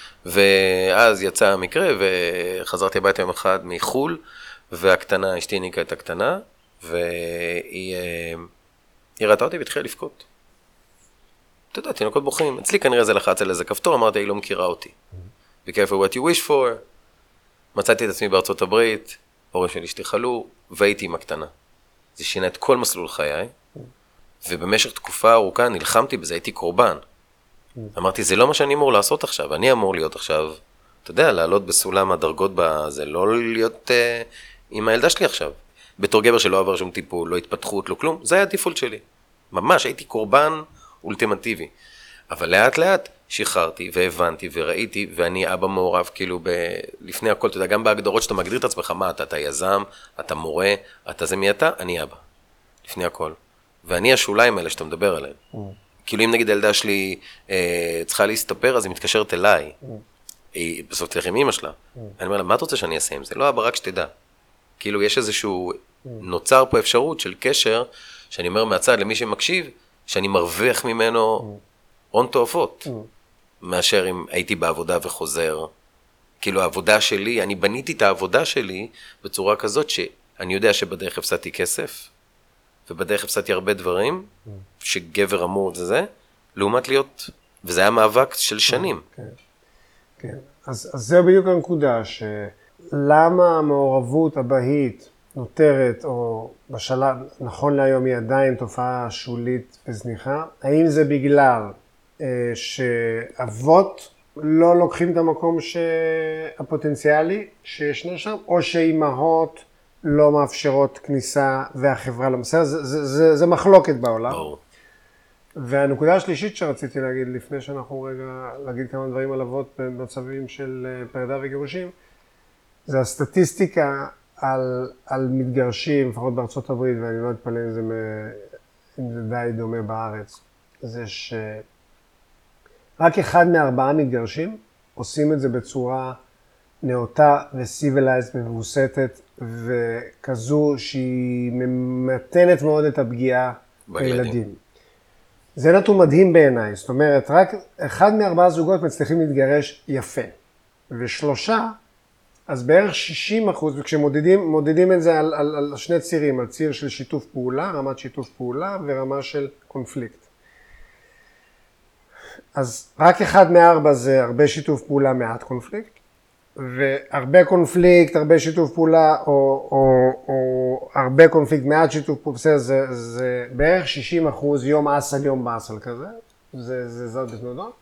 ואז יצא המקרה וחזרתי הביתה יום אחד מחול, והקטנה, אשתי ניקה את הקטנה, והיא ראתה אותי והתחילה לבכות. אתה יודע, תינוקות בוכים, אצלי כנראה זה לחץ על איזה כפתור, אמרתי, היא לא מכירה אותי. Be careful what you wish for. מצאתי את עצמי בארצות הברית, הורים שלי אשתי חלו, והייתי עם הקטנה. זה שינה את כל מסלול חיי, ובמשך תקופה ארוכה נלחמתי בזה, הייתי קורבן. אמרתי, זה לא מה שאני אמור לעשות עכשיו, אני אמור להיות עכשיו, אתה יודע, לעלות בסולם הדרגות, זה לא להיות uh, עם הילדה שלי עכשיו. בתור גבר שלא עבר שום טיפול, לא התפתחות, לא כלום, זה היה הדיפולט שלי. ממש, הייתי קורבן אולטימטיבי. אבל לאט לאט שחררתי והבנתי וראיתי, ואני אבא מעורב כאילו ב... לפני הכל, אתה יודע, גם בהגדרות שאתה מגדיר את עצמך, מה אתה, אתה יזם, אתה מורה, אתה זה מי אתה, אני אבא. לפני הכל. ואני השוליים האלה שאתה מדבר עליהם. Mm. כאילו אם נגיד הילדה שלי אה, צריכה להסתפר, אז היא מתקשרת אליי. Mm. היא בסוף תלך עם אמא שלה. Mm. אני אומר לה, מה אתה רוצה שאני אעשה עם זה? לא, אבא, רק שתדע. כאילו יש איזשהו, mm. נוצר פה אפשרות של קשר, שאני אומר מהצד למי שמקשיב, שאני מרוויח ממנו הון תועפות, mm. מאשר אם הייתי בעבודה וחוזר. כאילו העבודה שלי, אני בניתי את העבודה שלי בצורה כזאת שאני יודע שבדרך הפסדתי כסף, ובדרך הפסדתי הרבה דברים, mm. שגבר אמור זה זה, לעומת להיות, וזה היה מאבק של שנים. כן, כן. אז, אז זה בדיוק הנקודה, שלמה המעורבות הבהית נותרת, או בשלב, נכון להיום היא עדיין תופעה שולית וזניחה, האם זה בגלל אה, שאבות לא לוקחים את המקום הפוטנציאלי שישנו שם, או שאימהות לא מאפשרות כניסה והחברה לא מסר, זה, זה, זה, זה מחלוקת בעולם. ברור. והנקודה השלישית שרציתי להגיד, לפני שאנחנו רגע להגיד כמה דברים על אבות במצבים של פרידה וגירושים, זה הסטטיסטיקה על, על מתגרשים, לפחות בארצות הברית, ואני לא אתפלא אם זה, אם זה די דומה בארץ, זה שרק אחד מארבעה מתגרשים עושים את זה בצורה נאותה וסיבילייזד, מבוסתת, וכזו שהיא ממתנת מאוד את הפגיעה בילדים. זה נתון מדהים בעיניי, זאת אומרת, רק אחד מארבעה זוגות מצליחים להתגרש יפה, ושלושה, אז בערך שישים אחוז, וכשמודדים מודדים את זה על, על, על שני צירים, על ציר של שיתוף פעולה, רמת שיתוף פעולה ורמה של קונפליקט. אז רק אחד מארבע זה הרבה שיתוף פעולה, מעט קונפליקט, והרבה קונפליקט, הרבה שיתוף פעולה, או, או, או הרבה קונפליקט, מעט שיתוף פעולה, זה, זה בערך שישים אחוז יום אסל, יום באסל כזה, זה, זה זאת בתנודות.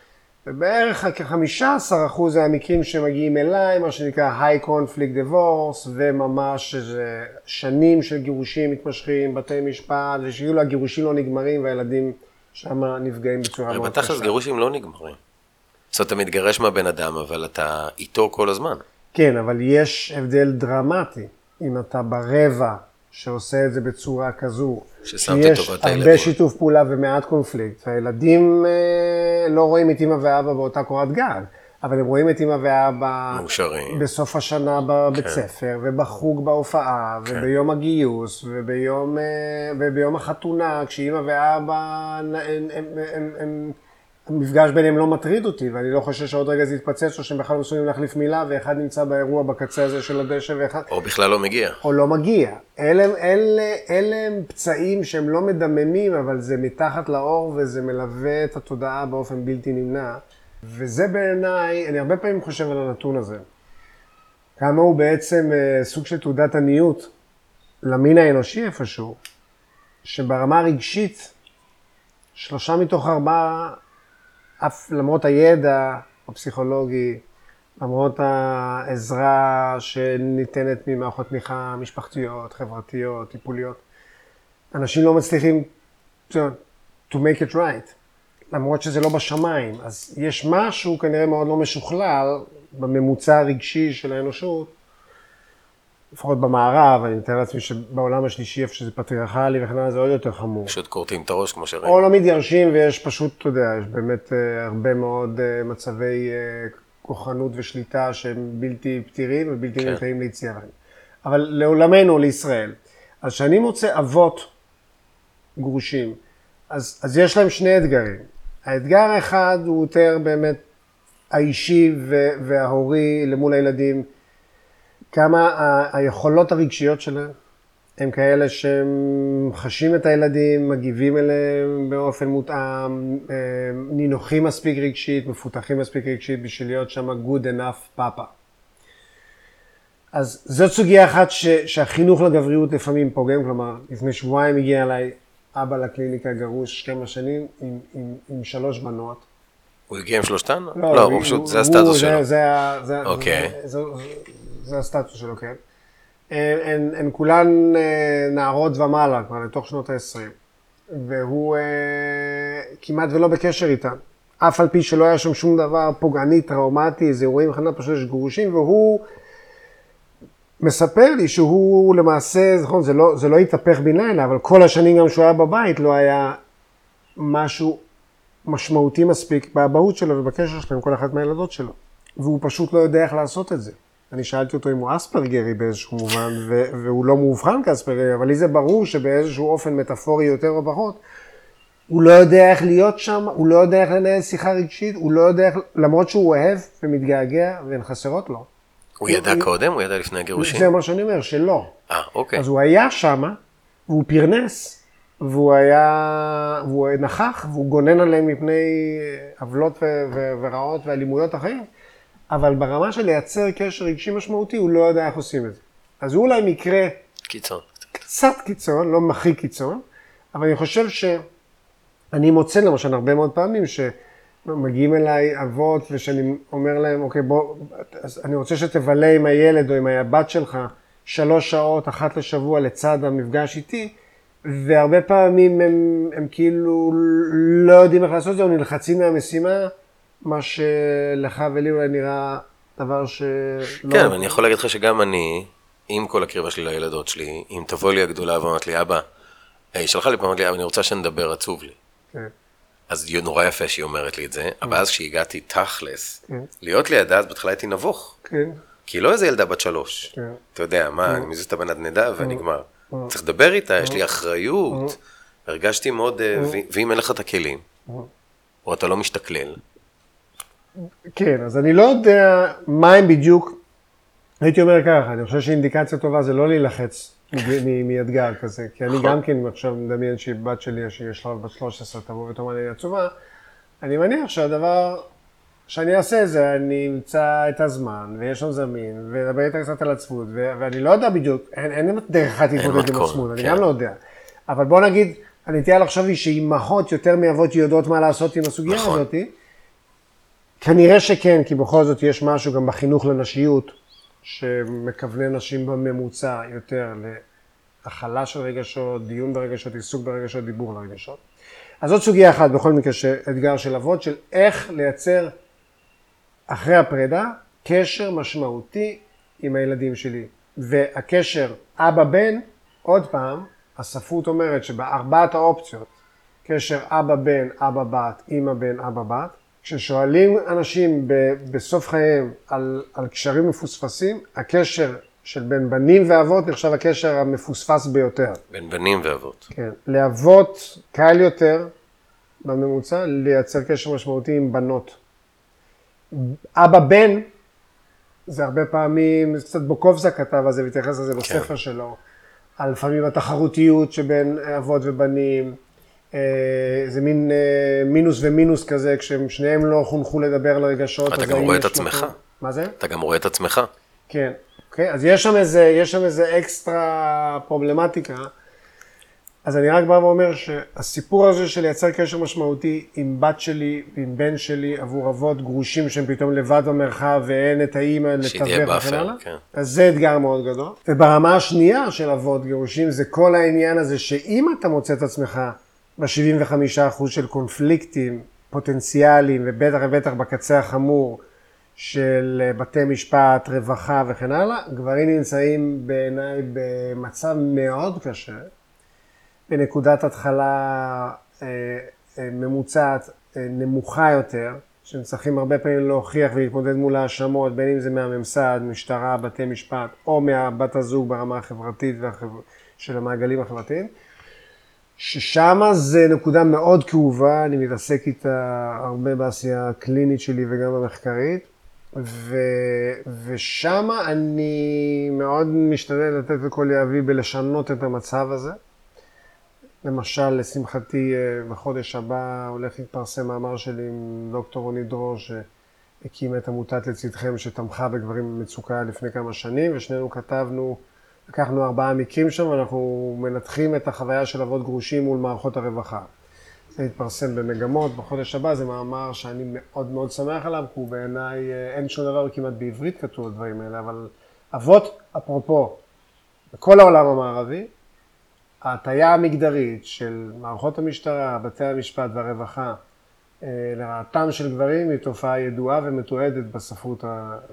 ובערך כ-חמישה עשר אחוז זה המקרים שמגיעים אליי, מה שנקרא high conflict divorce, וממש שנים של גירושים מתמשכים, בתי משפט, ושאילו הגירושים לא נגמרים והילדים שם נפגעים בצורה מאוד קשה. בתכלס גירושים לא נגמרים. זאת אומרת, אתה מתגרש מהבן אדם, אבל אתה איתו כל הזמן. כן, אבל יש הבדל דרמטי, אם אתה ברבע שעושה את זה בצורה כזו, שיש הרבה שיתוף פעולה ומעט קונפליקט, והילדים אה, לא רואים את אמא ואבא באותה קורת גג, אבל הם רואים את אמא ואבא מאושרים. בסוף השנה בבית כן. ספר, ובחוג בהופעה, כן. וביום הגיוס, וביום, אה, וביום החתונה, כשאמא ואבא, הם, הם, הם, הם, המפגש ביניהם לא מטריד אותי, ואני לא חושב שעוד רגע זה יתפצץ, או שהם בכלל מסוגלים להחליף מילה, ואחד נמצא באירוע בקצה הזה של הדשא, ואחד... או בכלל לא מגיע. או לא מגיע. אלה, אלה, אלה הם פצעים שהם לא מדממים, אבל זה מתחת לאור, וזה מלווה את התודעה באופן בלתי נמנע. וזה בעיניי, אני הרבה פעמים חושב על הנתון הזה. כמה הוא בעצם סוג של תעודת עניות למין האנושי איפשהו, שברמה הרגשית, שלושה מתוך ארבעה, אף למרות הידע הפסיכולוגי, למרות העזרה שניתנת ממערכות תמיכה משפחתיות, חברתיות, טיפוליות, אנשים לא מצליחים to make it right, למרות שזה לא בשמיים. אז יש משהו כנראה מאוד לא משוכלל בממוצע הרגשי של האנושות, לפחות במערב, אני מתאר לעצמי שבעולם השלישי איפה שזה פטריארכלי וכן הלאה זה עוד יותר חמור. פשוט קורטים את הראש כמו שראינו. או לא מתגרשים ויש פשוט, אתה יודע, יש באמת הרבה מאוד מצבי כוחנות ושליטה שהם בלתי פתירים ובלתי נרתעים ליציאה. אבל לעולמנו, לישראל, אז כשאני מוצא אבות גרושים, אז, אז יש להם שני אתגרים. האתגר האחד הוא יותר באמת האישי וההורי למול הילדים, כמה ה- היכולות הרגשיות שלהם הם כאלה שהם חשים את הילדים, מגיבים אליהם באופן מותאם, נינוחים מספיק רגשית, מפותחים מספיק רגשית בשביל להיות שם good enough papa. אז זאת סוגיה אחת ש- שהחינוך לגבריות לפעמים פוגם, כלומר, לפני שבועיים הגיע אליי אבא לקליניקה גרוש כמה שנים עם, עם, עם שלוש בנות. הוא הגיע עם שלושתן? לא, לא, הוא, הוא פשוט, הוא, זה הסטטוס הוא, שלו. זה, זה, זה, אוקיי. זה, זה, זה, זה הסטטוס שלו, כן. הן, הן כולן נערות ומעלה, כבר לתוך שנות ה-עשרים. והוא אה, כמעט ולא בקשר איתן. אף על פי שלא היה שם שום דבר פוגעני, טראומטי, איזה אירועים בכלל פשוט יש גרושים, והוא מספר לי שהוא למעשה, נכון, זה לא, זה לא התהפך בן לילה, אבל כל השנים גם שהוא היה בבית לא היה משהו משמעותי מספיק באבהות שלו ובקשר שלו עם כל אחת מהילדות שלו. והוא פשוט לא יודע איך לעשות את זה. אני שאלתי אותו אם הוא אספרגרי באיזשהו מובן, והוא לא מאובחן כאספרגרי, אבל לי זה ברור שבאיזשהו אופן מטאפורי יותר או פחות, הוא לא יודע איך להיות שם, הוא לא יודע איך לנהל שיחה רגשית, הוא לא יודע איך, למרות שהוא אוהב ומתגעגע והן חסרות לו. הוא ידע קודם? הוא ידע לפני הגירושים? זה מה שאני אומר, שלא. אה, אוקיי. אז הוא היה שם, והוא פרנס, והוא היה, והוא נכח, והוא גונן עליהם מפני עוולות ורעות ואלימויות החיים, אבל ברמה של לייצר קשר רגשי משמעותי, הוא לא יודע איך עושים את זה. אז הוא אולי מקרה... קיצון. קצת קיצון, לא הכי קיצון, אבל אני חושב שאני מוצא למשל הרבה מאוד פעמים שמגיעים אליי אבות ושאני אומר להם, אוקיי, בוא, אני רוצה שתבלה עם הילד או עם הבת שלך שלוש שעות, אחת לשבוע לצד המפגש איתי, והרבה פעמים הם, הם כאילו לא יודעים איך לעשות את זה, או נלחצים מהמשימה, מה שלך ולי אולי נראה דבר שלא... כן, אבל אני יכול להגיד לך שגם אני, עם כל הקריבה שלי לילדות שלי, אם תבוא לי הגדולה ואומרת לי, אבא, היא שלחה לי פעם, אני רוצה שנדבר, עצוב לי. כן. אז נורא יפה שהיא אומרת לי את זה, אבל אז כשהגעתי תכלס, להיות לידה, אז בתחילה הייתי נבוך. כן. כי היא לא איזה ילדה בת שלוש. כן. אתה יודע, מה, אני מזיז את הבנדנדה ונגמר. צריך לדבר איתה, יש לי אחריות. הרגשתי מאוד, ואם אין לך את הכלים, או אתה לא משתכלל. כן, אז אני לא יודע מה הם בדיוק, הייתי אומר ככה, אני חושב שאינדיקציה טובה זה לא להילחץ מאתגר כזה, כי אני גם כן עכשיו מדמיין שבת שלי, שיש לה בת שלוש עשרה, תבוא ותאמר לי עצובה, אני מניח שהדבר שאני אעשה זה, אני אמצא את הזמן, ויש לנו זמין, ודבר איתה קצת על עצמות, ואני לא יודע בדיוק, אין דרך אחת להתמודד עם עצמות, אני גם לא יודע. אבל בוא נגיד, אני תהיה לחשוב לי שאימהות יותר מאבות יודעות מה לעשות עם הסוגיה הזאת, כנראה שכן, כי בכל זאת יש משהו גם בחינוך לנשיות, שמכוונה נשים בממוצע יותר להכלה של רגשות, דיון ברגשות, עיסוק ברגשות, דיבור לרגשות. אז זאת סוגיה אחת בכל מקרה אתגר של אבות, של איך לייצר אחרי הפרידה קשר משמעותי עם הילדים שלי. והקשר אבא-בן, עוד פעם, הספרות אומרת שבארבעת האופציות, קשר אבא-בן, אבא-בת, אמא-בן, אבא-בת, כששואלים אנשים ב- בסוף חייהם על, על קשרים מפוספסים, הקשר של בין בנים ואבות נחשב הקשר המפוספס ביותר. בין בנים ואבות. כן. לאבות קל יותר בממוצע לייצר קשר משמעותי עם בנות. אבא-בן, זה הרבה פעמים, זה קצת בוקובזה כתב על זה והתייחס לזה בספר כן. שלו, על לפעמים התחרותיות שבין אבות ובנים, זה מין מינוס ומינוס כזה, כשהם שניהם לא חונכו לדבר לרגשות. אתה גם רואה את עצמך. מה זה? אתה גם רואה את עצמך. כן, אוקיי, אז יש שם איזה, יש שם איזה אקסטרה פרובלמטיקה. אז אני רק בא ואומר שהסיפור הזה של לייצר קשר משמעותי עם בת שלי ועם בן שלי עבור אבות גרושים שהם פתאום לבד במרחב ואין את האמא לתווך וכן הלאה. כן. אז זה אתגר מאוד גדול. וברמה השנייה של אבות גרושים זה כל העניין הזה שאם אתה מוצא את עצמך ב-שבעים וחמישה אחוז של קונפליקטים פוטנציאליים, ובטח ובטח בקצה החמור של בתי משפט, רווחה וכן הלאה, גברים נמצאים בעיניי במצב מאוד קשה, בנקודת התחלה אה, אה, ממוצעת אה, נמוכה יותר, שהם צריכים הרבה פעמים להוכיח ולהתמודד מול האשמות, בין אם זה מהממסד, משטרה, בתי משפט, או מהבת הזוג ברמה החברתית והחבר... של המעגלים החברתיים. ששם זה נקודה מאוד כאובה, אני מתעסק איתה הרבה בעשייה הקלינית שלי וגם במחקרית, ו... ושם אני מאוד משתדל לתת לכל יאבי בלשנות את המצב הזה. למשל, לשמחתי, בחודש הבא הולך להתפרסם מאמר שלי עם דוקטור רוני דרור, שהקימה את עמותת לצדכם שתמכה בגברים במצוקה לפני כמה שנים, ושנינו כתבנו, לקחנו ארבעה מקרים שם, ואנחנו מנתחים את החוויה של אבות גרושים מול מערכות הרווחה. זה התפרסם במגמות בחודש הבא, זה מאמר שאני מאוד מאוד שמח עליו, כי הוא בעיניי, אין שום דבר כמעט בעברית כתוב הדברים האלה, אבל אבות, אפרופו, בכל העולם המערבי, ההטיה המגדרית של מערכות המשטרה, בתי המשפט והרווחה, לרעתם של גברים היא תופעה ידועה ומתועדת בספרות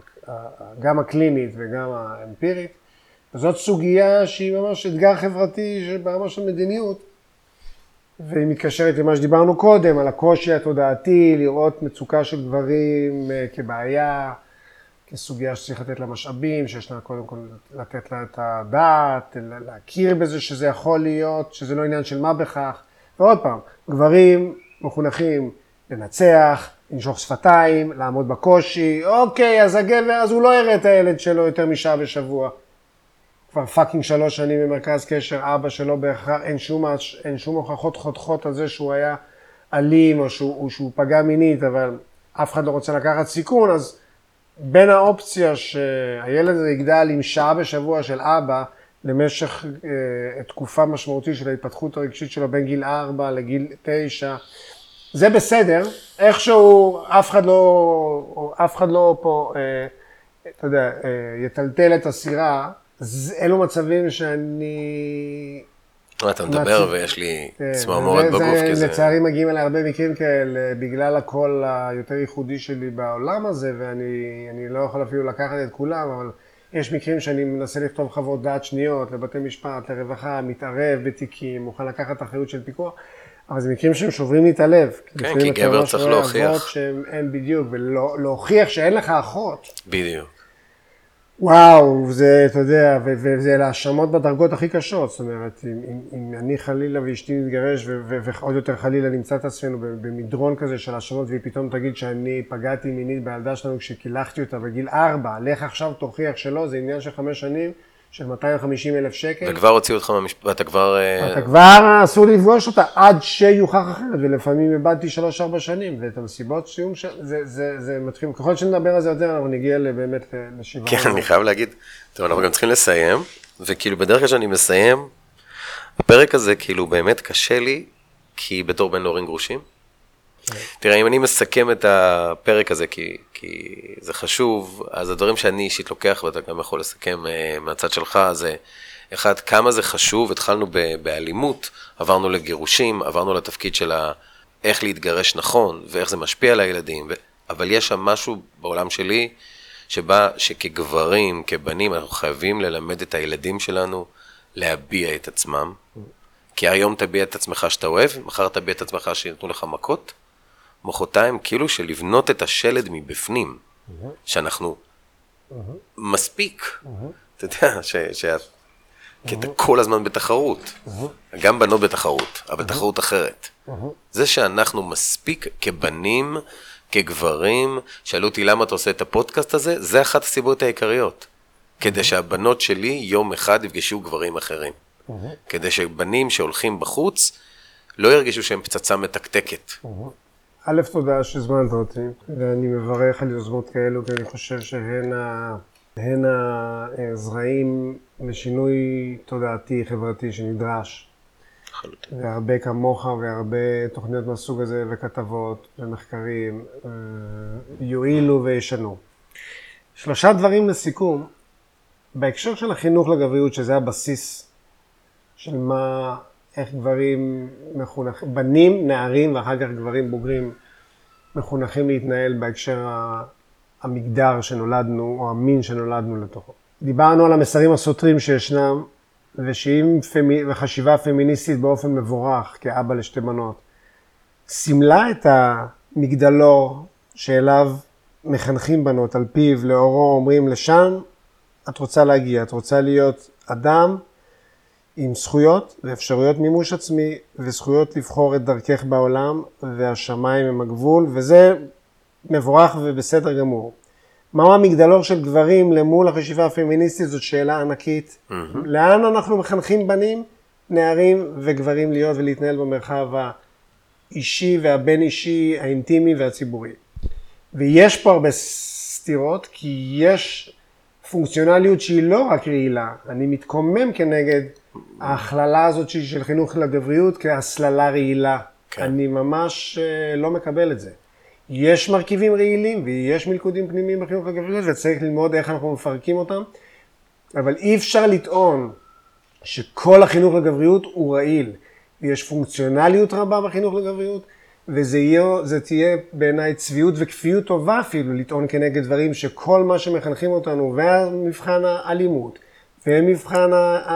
גם הקלינית וגם האמפירית. וזאת סוגיה שהיא ממש אתגר חברתי ברמה של מדיניות, והיא מתקשרת למה שדיברנו קודם, על הקושי התודעתי, לראות מצוקה של גברים כבעיה, כסוגיה שצריך לתת לה משאבים, שישנה קודם כל לתת לה את הדעת, להכיר בזה שזה יכול להיות, שזה לא עניין של מה בכך. ועוד פעם, גברים מחונכים לנצח, לנשוך שפתיים, לעמוד בקושי, אוקיי, אז הגבר, אז הוא לא יראה את הילד שלו יותר משעה בשבוע. כבר פאקינג שלוש שנים במרכז קשר, אבא שלו בהכרח, אין שום, אין שום הוכחות חותכות על זה שהוא היה אלים או שהוא, או שהוא פגע מינית, אבל אף אחד לא רוצה לקחת סיכון, אז בין האופציה שהילד הזה יגדל עם שעה בשבוע של אבא, למשך אה, תקופה משמעותית של ההתפתחות הרגשית שלו בין גיל ארבע לגיל תשע, זה בסדר, איכשהו אף אחד לא, אף אחד לא פה, אה, אתה יודע, אה, יטלטל את הסירה, אלו מצבים שאני אתה מדבר ויש לי צמרמורת בגוף כזה. לצערי מגיעים אליי הרבה מקרים כאלה, בגלל הקול היותר ייחודי שלי בעולם הזה, ואני לא יכול אפילו לקחת את כולם, אבל יש מקרים שאני מנסה לכתוב חוות דעת שניות, לבתי משפט, לרווחה, מתערב בתיקים, מוכן לקחת אחריות של פיקוח, אבל זה מקרים שהם שוברים לי את הלב. כן, כי גבר צריך להוכיח. שהם בדיוק, ולהוכיח שאין לך אחות. בדיוק. וואו, זה, אתה יודע, וזה להאשמות בדרגות הכי קשות, זאת אומרת, אם, אם, אם אני חלילה ואשתי נתגרש, ועוד יותר חלילה נמצא את עצמנו במדרון כזה של האשמות, והיא פתאום תגיד שאני פגעתי מינית בילדה שלנו כשקילחתי אותה בגיל ארבע, לך עכשיו תוכיח שלא, זה עניין של חמש שנים, של מאתיים וחמישים אלף שקל. וכבר הוציאו אותך מהמשפט, ואתה כבר... אתה כבר אסור לפגוש אותה עד שיוכח אחרת, ולפעמים איבדתי שלוש ארבע שנים, ואת המסיבות סיום, זה, זה, זה מתחיל, ככל שנדבר על זה יותר, אנחנו נגיע באמת לשבעה. כן, אני חייב להגיד, טוב, אנחנו גם צריכים לסיים, וכאילו בדרך כלל שאני מסיים, הפרק הזה כאילו באמת קשה לי, כי בתור בן להורים גרושים. תראה, אם אני מסכם את הפרק הזה, כי, כי זה חשוב, אז הדברים שאני אישית לוקח, ואתה גם יכול לסכם uh, מהצד שלך, זה אחד, כמה זה חשוב, התחלנו ב- באלימות, עברנו לגירושים, עברנו לתפקיד של ה- איך להתגרש נכון, ואיך זה משפיע על הילדים, ו- אבל יש שם משהו בעולם שלי, שבה שכגברים, כבנים, אנחנו חייבים ללמד את הילדים שלנו, להביע את עצמם, כי היום תביע את עצמך שאתה אוהב, מחר תביע את עצמך שיתנו לך מכות, מחרתיים, כאילו שלבנות את השלד מבפנים, שאנחנו מספיק, אתה יודע, כי אתה כל הזמן בתחרות, גם בנות בתחרות, אבל תחרות אחרת. זה שאנחנו מספיק כבנים, כגברים, שאלו אותי למה אתה עושה את הפודקאסט הזה, זה אחת הסיבות העיקריות, כדי שהבנות שלי יום אחד יפגשו גברים אחרים. כדי שבנים שהולכים בחוץ, לא ירגישו שהם פצצה מתקתקת. א', תודה שהזמנת אותי, ואני מברך על יוזמות כאלו, כי אני חושב שהן ה... הן הזרעים לשינוי תודעתי, חברתי שנדרש. והרבה כמוך והרבה תוכניות מהסוג הזה וכתבות ומחקרים יועילו וישנו. שלושה דברים לסיכום, בהקשר של החינוך לגבריות, שזה הבסיס של מה, איך גברים מחונכים, בנים, נערים ואחר כך גברים בוגרים מחונכים להתנהל בהקשר המגדר שנולדנו או המין שנולדנו לתוכו. דיברנו על המסרים הסותרים שישנם, ושאם פמי... וחשיבה פמיניסטית באופן מבורך כאבא לשתי בנות, סימלה את המגדלור שאליו מחנכים בנות, על פיו, לאורו, אומרים לשם, את רוצה להגיע, את רוצה להיות אדם עם זכויות ואפשרויות מימוש עצמי, וזכויות לבחור את דרכך בעולם, והשמיים הם הגבול, וזה מבורך ובסדר גמור. מהו המגדלור של גברים למול החשיבה הפמיניסטית? זאת שאלה ענקית. Mm-hmm. לאן אנחנו מחנכים בנים, נערים וגברים להיות ולהתנהל במרחב האישי והבין אישי, האינטימי והציבורי. ויש פה הרבה סתירות, כי יש פונקציונליות שהיא לא רק רעילה. אני מתקומם כנגד ההכללה הזאת של חינוך לגבריות כהסללה רעילה. Okay. אני ממש לא מקבל את זה. יש מרכיבים רעילים ויש מלכודים פנימיים בחינוך לגבריות, וצריך ללמוד איך אנחנו מפרקים אותם, אבל אי אפשר לטעון שכל החינוך לגבריות הוא רעיל, ויש פונקציונליות רבה בחינוך לגבריות, וזה יהיה, זה תהיה בעיניי צביעות וכפיות טובה אפילו לטעון כנגד דברים שכל מה שמחנכים אותנו, ומבחן האלימות, ומבחן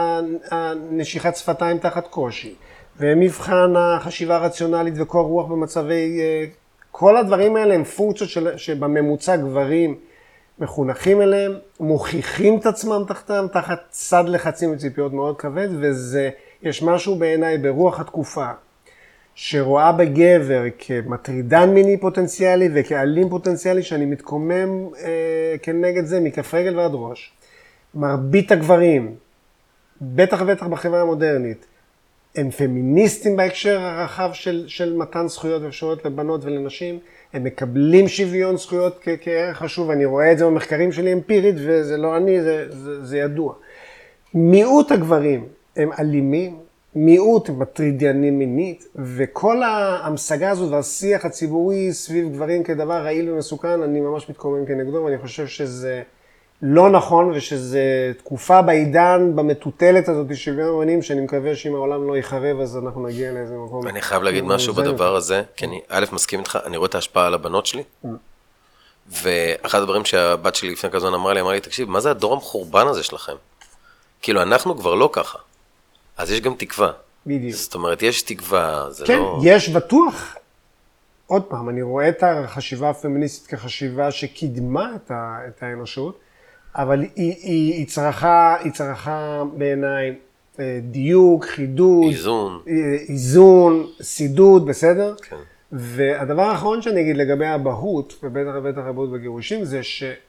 הנשיכת שפתיים תחת קושי, ומבחן החשיבה הרציונלית וקור רוח במצבי... כל הדברים האלה הם פונקציות של, שבממוצע גברים מחונכים אליהם, מוכיחים את עצמם תחתם, תחת צד לחצים וציפיות מאוד כבד, וזה, יש משהו בעיניי ברוח התקופה, שרואה בגבר כמטרידן מיני פוטנציאלי וכאלים פוטנציאלי, שאני מתקומם אה, כנגד זה מכף רגל ועד ראש. מרבית הגברים, בטח ובטח בחברה המודרנית, הם פמיניסטים בהקשר הרחב של, של מתן זכויות ואפשרויות לבנות ולנשים, הם מקבלים שוויון זכויות כ- כערך חשוב, אני רואה את זה במחקרים שלי אמפירית, וזה לא אני, זה, זה, זה ידוע. מיעוט הגברים הם אלימים, מיעוט הם מטרידיינים מינית, וכל ההמשגה הזאת והשיח הציבורי סביב גברים כדבר רעיל ומסוכן, אני ממש מתקומם כנגדו, ואני חושב שזה לא נכון, ושזה תקופה בעידן, במטוטלת הזאת, שוויון הבנים, שאני מקווה שאם העולם לא יחרב, אז אנחנו נגיע לאיזה מקום. אני חייב להגיד משהו בדבר הזה, כי אני א' מסכים איתך, אני רואה את ההשפעה על הבנות שלי, ואחד הדברים שהבת שלי לפני כזמן אמרה לי, אמרה לי, תקשיב, מה זה הדור המחורבן הזה שלכם? כאילו, אנחנו כבר לא ככה. אז יש גם תקווה. בדיוק. זאת אומרת, יש תקווה, זה כן, לא... יש בטוח. עוד פעם, אני רואה את החשיבה הפמיניסטית כחשיבה שקידמה את, ה, את האנושות, אבל היא, היא, היא, צריכה, היא צריכה בעיניי דיוק, חידוד, איזון. איזון, סידוד, בסדר? כן. והדבר האחרון שאני אגיד לגבי הבהות, ובטח ובטח הבהות בגירושים, זה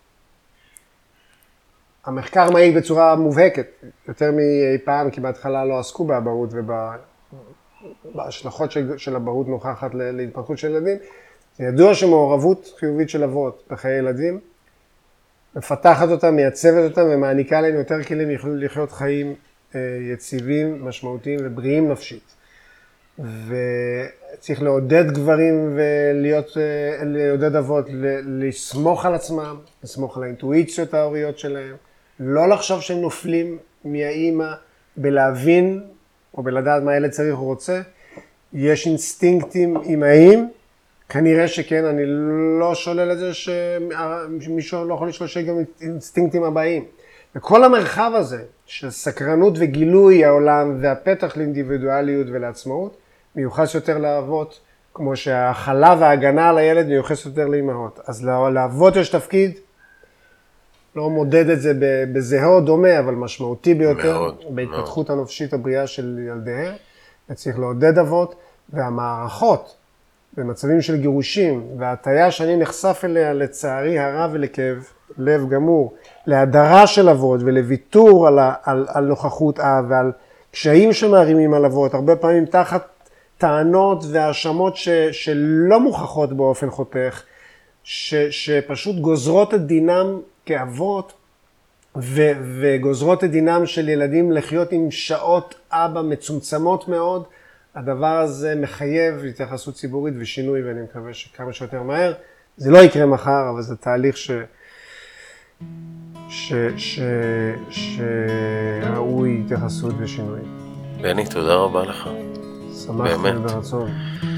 שהמחקר מעיד בצורה מובהקת, יותר מאי פעם, כי בהתחלה לא עסקו באבהות ובהשלכות של, של הבהות נוכחת להתפתחות של ילדים. זה ידוע שמעורבות חיובית של אבות בחיי ילדים, מפתחת אותם, מייצבת אותם ומעניקה להם יותר כלים לחיות חיים יציבים, משמעותיים ובריאים נפשית. וצריך לעודד גברים ולהיות, לעודד אבות, לסמוך על עצמם, לסמוך על האינטואיציות ההוריות שלהם, לא לחשוב שהם נופלים מהאימא, בלהבין או בלדעת מה הילד צריך או רוצה. יש אינסטינקטים אימהיים, כנראה שכן, אני לא שולל את זה שמישהו לא יכול לשלול שיש גם אינסטינקטים הבאים. וכל המרחב הזה של סקרנות וגילוי העולם והפתח לאינדיבידואליות ולעצמאות, מיוחס יותר לאבות, כמו שההכלה וההגנה על הילד מיוחס יותר לאמהות. אז לאבות יש תפקיד, לא מודד את זה בזהה דומה, אבל משמעותי ביותר, מאוד, בהתפתחות מאוד. הנפשית הבריאה של ילדיהם, וצריך לעודד אבות, והמערכות, במצבים של גירושים, וההטיה שאני נחשף אליה לצערי הרב ולכאב לב גמור, להדרה של אבות ולוויתור על, על, על נוכחות אב ועל קשיים שמערימים על אבות, הרבה פעמים תחת טענות והאשמות ש, שלא מוכחות באופן חותך, ש, שפשוט גוזרות את דינם כאבות ו, וגוזרות את דינם של ילדים לחיות עם שעות אבא מצומצמות מאוד. הדבר הזה מחייב התייחסות ציבורית ושינוי, ואני מקווה שכמה שיותר מהר. זה לא יקרה מחר, אבל זה תהליך ש... ש... ש... שראוי התייחסות ושינוי. בני, תודה רבה לך. שמחתי ברצון.